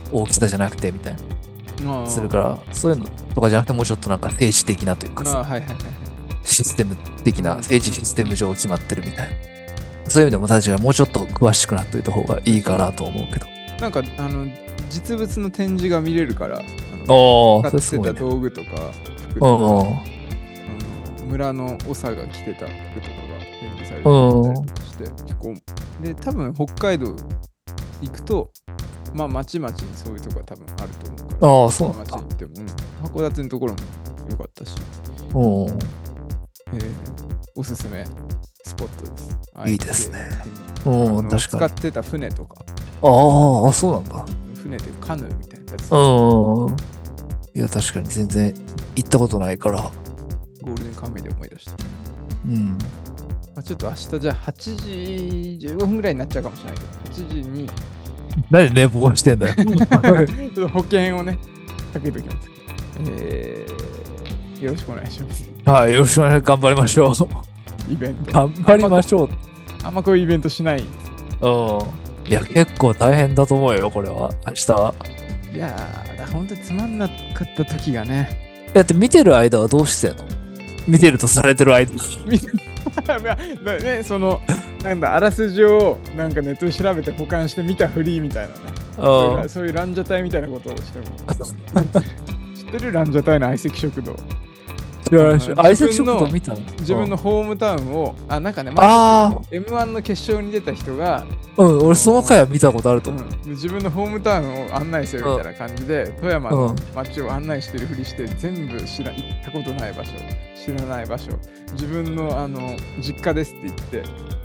大きさじゃなくてみたいなするから、そういうのとかじゃなくてもうちょっとなんか政治的なというかさ、 はいはいはい、 システム的な政治システム上決まってるみたいな、そういう意味でも確かにもうちょっと詳しくなっといた方がいいかなと思うけど、 なんかあの実物の展示が見れるから、 ああ、 使ってた道具とか服とか、あの村の長が着てた服とかが展示されてたりとかして、結構で多分北海道行くと、まあ町々にそういうとこが多分あると思うから、 ああ、そうなんだ。 町に行っても、うん、函館のところも良かったし、 おー、 えー、おすすめスポットです。 いいですね。うん、確かに。 使ってた船とか。 ああ、そうなんだ。 船でカヌーみたいなやつ。 うん。いや、確かに全然行ったことないから。 ゴールデンカムイで思い出した。 うん。 まあ、ちょっと明日じゃあはちじじゅうごふんぐらいになっちゃうかもしれないけど、はちじに。 何寝坊してんだよ。 保険をね、かけときます。えー、よろしくお願いします。 はい、よろしくお願いします。頑張りましょう。イベント。 頑張りましょう。 あんまこういうイベントしない。うん。 いや、結構大変だと思うよ、これは。明日は。いやー、だほんとつまんなかった時がね。 だって見てる間はどうしてんの？見てるとされてる間。 ね、その、なんだ、あらすじをなんかネットで調べて保管して見たフリーみたいなね。そういう、そういうランジャタイみたいなことをしても。知ってるランジャタイの相席食堂。 相席食堂見たの？ 自分のホームタウンを、あ、なんかね、まあ、エムワン の決勝に出た人が、 うん、俺その回は見たことあると思う。 うん、自分のホームタウンを案内するみたいな感じで、うん、富山の街を案内してるふりして、全部知ら行ったことない場所、知らない場所、自分のあの実家ですって言って、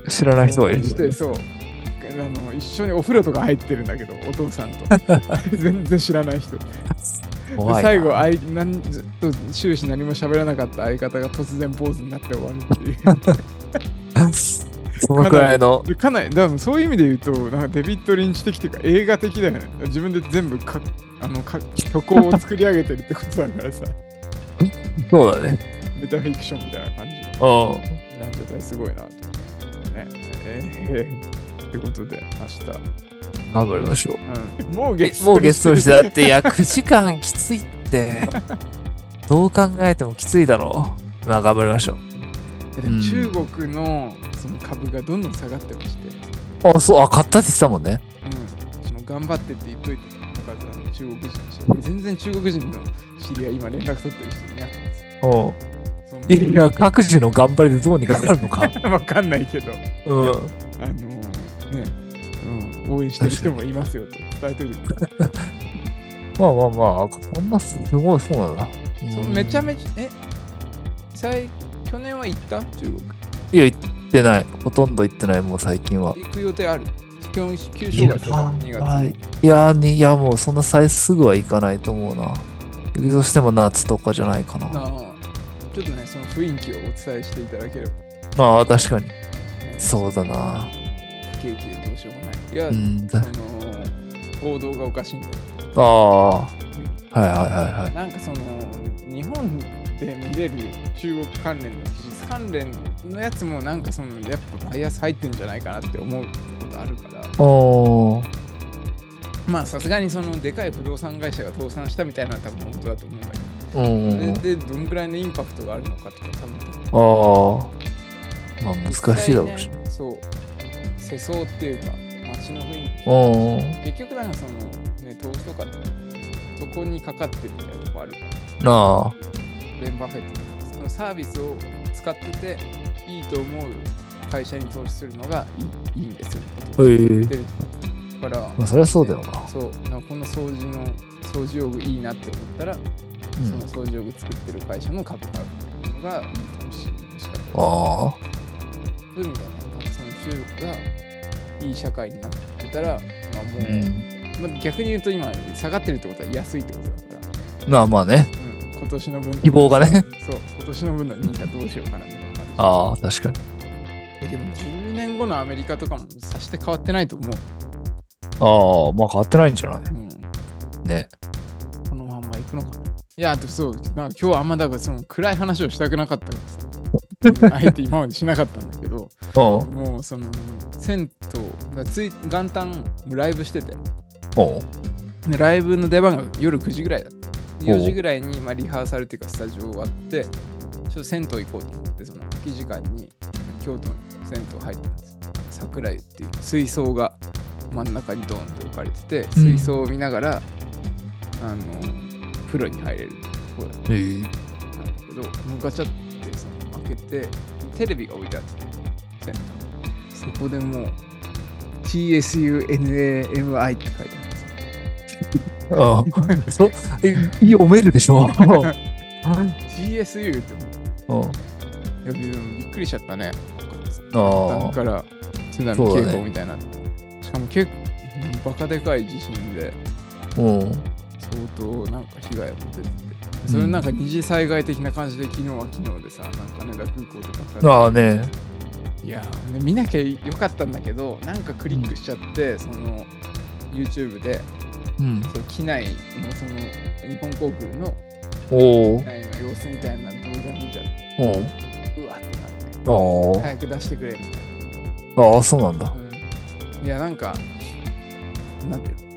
知らない人がいる。 して、そう。あの一緒にお風呂とか入ってるんだけど、お父さんと。全然知らない人。最後あいなんずっと終始何も喋らなかった相方が突然ポーズになって終わるっていうそのくらいのかなりだからそういう意味で言うとなんかデビッド・リンチ的というか映画的だよね。自分で全部かあのか虚構を作り上げてるってことだからさそうだね、 メタフィクションみたいな感じ。 うん、 なんじゃすごいなと思ってね。えー、ってことで明日頑張りましょう。 うん、もうゲストしてだっていやくじかんきついってどう考えてもきついだろう。まあ頑張りましょう。 でも中国のその株がどんどん下がってまして、 うん、あそうあ買ったって言ってたもんね。 うん、その頑張ってって言っといて中国人の全然中国人の知り合い今連絡取ってる人いなくてです。 おういや各自の頑張りでどうにかなるのかわかんないけど、 うん、 あのねうん、応援してる人もいますよと伝えてるまあまあまあこんなすごいそうなんだ、 うん、めちゃめちゃえ最去年は行った中国？ いや行ってないほとんど行ってないもう最近は。 行く予定ある？九州がにがついやいやもうそんな最すぐは行かないと思うな。行くとしても夏とかじゃないかな。あちょっとねその雰囲気をお伝えしていただければ。ああ確かに、ね、そうだな。 ウキウキでどうしようもない。いや、 うん、 その報道がおかしいんだよ。 ああ、はいはいはいはい。 なんかその日本で見れる中国関連の技術関連のやつもなんかそのやっぱバイアス入ってんじゃないかなって思うことあるから。 おまあさすがにそのでかい不動産会社が倒産したみたいなのは多分本当だと思うんだけど。 うんで, でどんぐらいのインパクトがあるのかとか多分。ああ、まあ難しいだろうし。 ね、そう世相っていうか街の雰囲気。結局なんかそのね投資とかそこにかかってるみたいなとこあるから。 ああ。 ベン・バフェットそのサービスを使ってていいと思う会社に投資するのがい い, いいんですよ。 へえ。 だから、 まあ、そりゃそうだよな。 そうなんかこの掃除の掃除用具いいなって思ったら、うん、その掃除用具作ってる会社の株買うのがいい投資の仕方。 ああ。 そういう意味ではね、その中国がいい社会になってたら、まあもう、うんまあ、逆に言うと今下がってるってことは安いってことだから。 まあまあね。 うん、今年の分希望がね。 そう、今年の分のニーサどうしようかなみたいな感じ。 ああ、確かに。 でもじゅうねんごのアメリカとかもさして変わってないと思う。 ああ、まあ変わってないんじゃない、うん、ね。 このまんま行くのかな。いや、そう、なんか今日はあんまだからその暗い話をしたくなかったんです。あえて今までしなかったんだけど、もうその銭湯つい元旦ライブしてて、 でライブの出番が夜くじぐらいだった。よじぐらいにまあリハーサルっていうかスタジオ終わって、ちょっと銭湯行こうと思って、その空き時間に京都の銭湯入ってます。桜湯っていう水槽が真ん中にドーンと置かれてて、水槽を見ながら、うん、あの風呂に入れるところだったんだけど、もうガチャってその開けてテレビが置いてあって、そこでもう ティーエスユーエヌエーエムアイ って書いてあるんですよ。 ああ、そえ読めるでしょ。ティーエスユー ってもう、いやびっくりしちゃったね。 あだから津波警報みたいな、ね、しかも結構バカでかい地震で、相当なんか被害も出てて、それなんか二次災害的な感じで、昨日は昨日でさ、なんか羽田空港とかさ、 ああね、 いやー、見なきゃよかったんだけど、なんかクリックしちゃって、うん、その YouTube で、うん、その機内のその日本航空の機内の様子みたいな動画見ちゃって、うわってなって、早く出してくれみたいな。 ああ、そうなんだ。 うん、いや、なんか、なんていう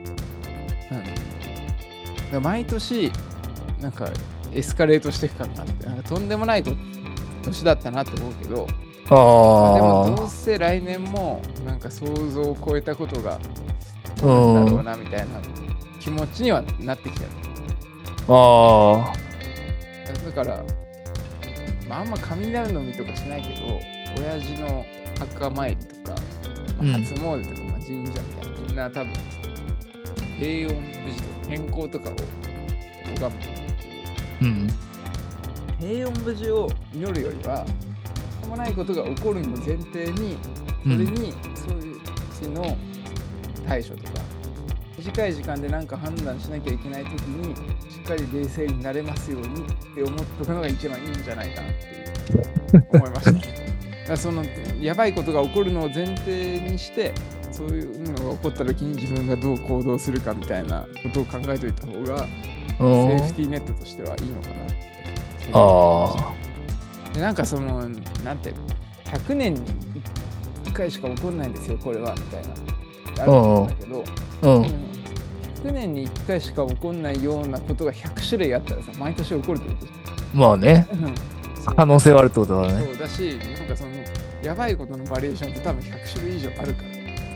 の、うん、毎年、なんかエスカレートしていくかなって、なんかとんでもない年だったなって思うけど、あでもどうせ来年もなんか想像を超えたことがあるんだろうなみたいな気持ちにはなってきた。 ああ。 だから、まあ、あんま雷飲みとかしないけど、親父の墓参りとか、まあ、初詣とか、まあ、神社みたいな、みんな多分平穏無事とか健康とかを拝む。うん、平穏無事を祈るよりは、とんでもないことが起こるのを前提に、それにそういううちの対処とか、短い時間で何か判断しなきゃいけないときに、しっかり冷静になれますようにって思っとくのが一番いいんじゃないかなっていう思いました。だからそのやばいことが起こるのを前提にして、そういうのが起こったときに自分がどう行動するかみたいなことを考えておいた方が、セーフティーネットとしてはいいのかなって。ああ。で、なんかその、なんていうの、ひゃくねんにいっかいしか起こんないんですよ、これは、みたいな。あるんだけど、うん、ひゃくねんにいっかいしか起こんないようなことがひゃくしゅるいあったらさ、毎年起こるってことじゃん。まあね。可能性はあるってことだね。そうだし、なんかその、やばいことのバリエーションって多分ひゃくしゅるい以上あるから。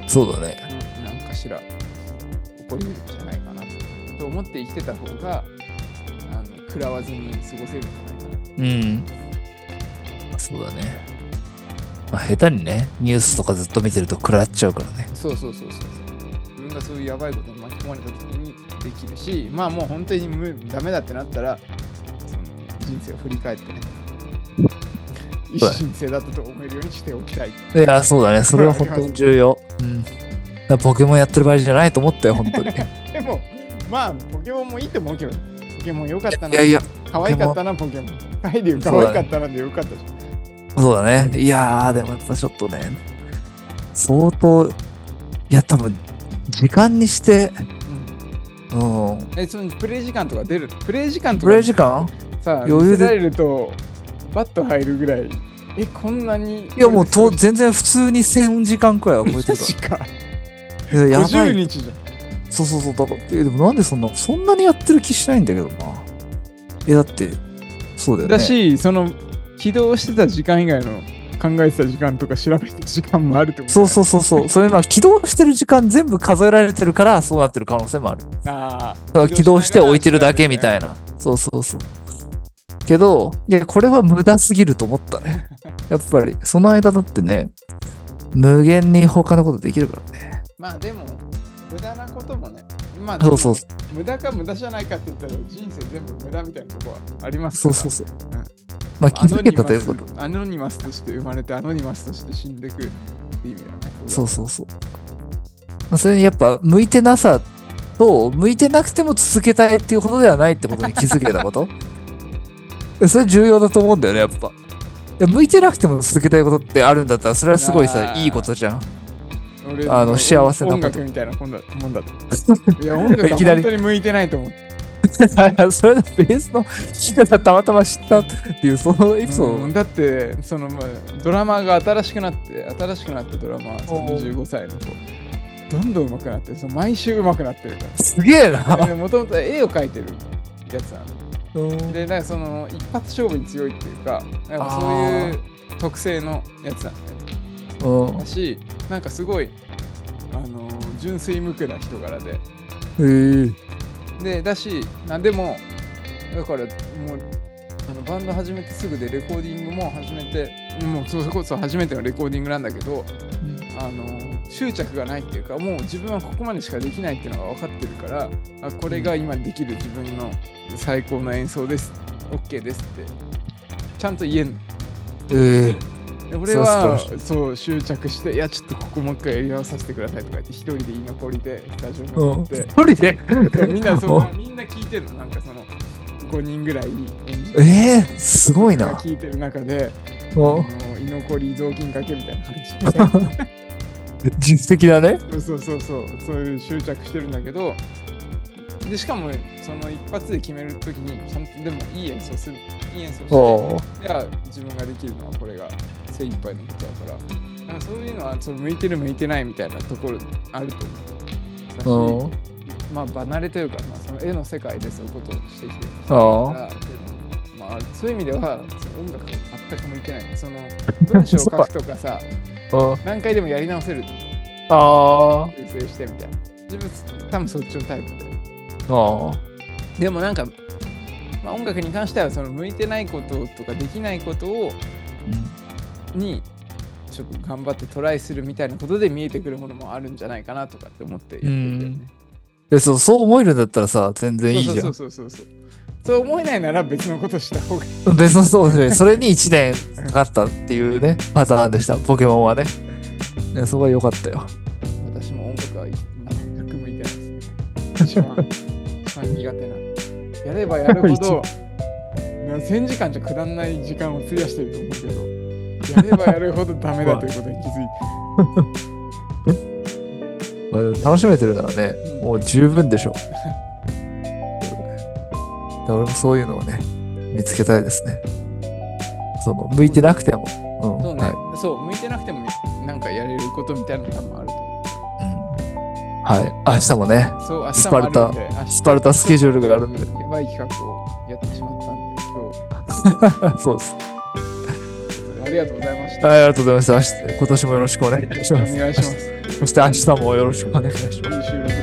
そうだね。うん、なんかしら起こりうるんじゃないかなと思って生きてた方が、あの食らわずに過ごせるんじゃないかな。うん。そうだね。まあ、下手にね、ニュースとかずっと見てると食らっちゃうからね。そうそうそうそう。自分がそういうやばいことに巻き込まれた時にできるし、まあもう本当にダメだってなったら、その人生を振り返ってね、一心性だったと思えるようにしておきたい。いや、そうだね。それは本当に重要。うん。だポケモンやってる場合じゃないと思ったよ、本当に。でも、まあ、ポケモンもいいと思うけど、ポケモン良かったな。いやいや、可愛かったな、ポケモン。アイディ可愛かったなでよかったじゃん。そうだね。いやー、でもやっぱちょっとね、相当、いや、多分、時間にして、うん。うん、え、そのプレイ時間とか出るプレイ時間とかプレイ時間さあ、余裕で。見せられると、バッと入るぐらい、え、こんなに。いや、もうと全然普通にせんじかんくらいは超えてた。確か。いや、やばい。ごじゅうにちじゃん。そうそうそう。だから、え、でもなんでそんな、そんなにやってる気しないんだけどな。え、だって、そうだよね。だし、その、起動してた時間以外の考えてた時間とか調べてた時間もあるってこと。そうそうそうそう。それは起動してる時間全部数えられてるから、そうなってる可能性もある。ああ。起動して置いてるだけみたいな。そうそうそう。けど、いや、これは無駄すぎると思ったね。やっぱり、その間だってね、無限に他のことできるからね。まあでも、無駄なこともね、まあ、そうそうそう。無駄か無駄じゃないかって言ったら、人生全部無駄みたいなとこはありますから。そうそうそう。うん、まあ気づけたということ。アノニマスとして生まれて、アノニマスとして死んでくって意味だね。そうそうそう。まあ、それにやっぱ、向いてなさと、向いてなくても続けたいっていうことではないってことに気づけたことそれ重要だと思うんだよね、やっぱ。いや、向いてなくても続けたいことってあるんだったら、それはすごいさ、いいことじゃん。俺あの、幸せなこと。音楽みたいなもんだもんだと。いや、音楽は本当に向いてないと思う。それのベースの弾き方たまたま知ったっていう、そのエピソード、うん。だって、その、まあ、ドラマーが新しくなって、新しくなったドラマー、さんじゅうごさいの子どんどん上手くなってる。その毎週上手くなってるかすげえな。 ら。もともと絵を描いてるやつなの。 うんで、なんかその一発勝負に強いっていうか、なんかそういう特性のやつなんだよね。 うん。 だし、なんかすごい、あのー純粋無垢な人柄で。 へえ。 で、だし、なんでも、だからもう、あのバンド始めてすぐでレコーディングも始めて、もうそれこそ初めてのレコーディングなんだけど、あのー執着がないっていうか、もう自分はここまでしかできないっていうのが分かってるから、あ、これが今できる自分の最高の演奏です、OK ですってちゃんと言えんの。 ええ。 で俺はそうそう執着して、いやちょっとここもう一回やり直させてくださいとか言って一人で居残りでスタジオに残って、 一人でみんなそうみんな聞いてるの、なんかそのごにんぐらい演じええー、すごいな。 聞いてる中で、あうんの居残り雑巾掛けみたいな感じで実績だね。 そうそうそう、そういう執着してるんだけど、でしかもその一発で決めるときにちゃんとでもいい演奏する、いい演奏して、 おいや自分ができるのはこれが精一杯のことだから、なんかそういうのはその向いてる向いてないみたいなところあると思う。だし、まあ離れというか、まあ、その絵の世界でそういうことをしてきてるから、まあ、そういう意味ではその音楽全く向いてない。その文章を書くとかさ何回でもやり直せる。 ああ。 修正してみたいな。自分多分そっちのタイプで。 ああ。 でもなんか、まあ、音楽に関してはその向いてないこととかできないことを、うん、にちょっと頑張ってトライするみたいなことで見えてくるものもあるんじゃないかなとかって思ってやってるんだよね。 でそうそう思えるんだったらさ全然いいじゃん。 そうそうそうそうそう。そう思えないなら別のことした方がいい。 別のそうですね。それにいちねんかかったっていうねパターンでしたポケモンはね。ねそこは良かったよ。 私も音楽は全く向いてないですね。一番一番苦手な。やればやるほどせんじかんじゃくだんない時間を費やしてると思うけど、やればやるほどダメだということに気づいて。 まあ、楽しめてるならね、うん、もう十分でしょう。俺もそういうのをね見つけたいですね。その向いてなくても、うん、 そうね、 はい、 そう向いてなくてもなんかやれることみたいなの多分あると思う。うん、はい、明日もね、 そう明日スパルタスパルタスケジュールがあるんで、 やばい企画をやってしまったんで今日。 そうです。 ありがとうございました。 はい、ありがとうございました。今年もよろしくお願いします。 お願いします。 そして明日もよろしくお願いします。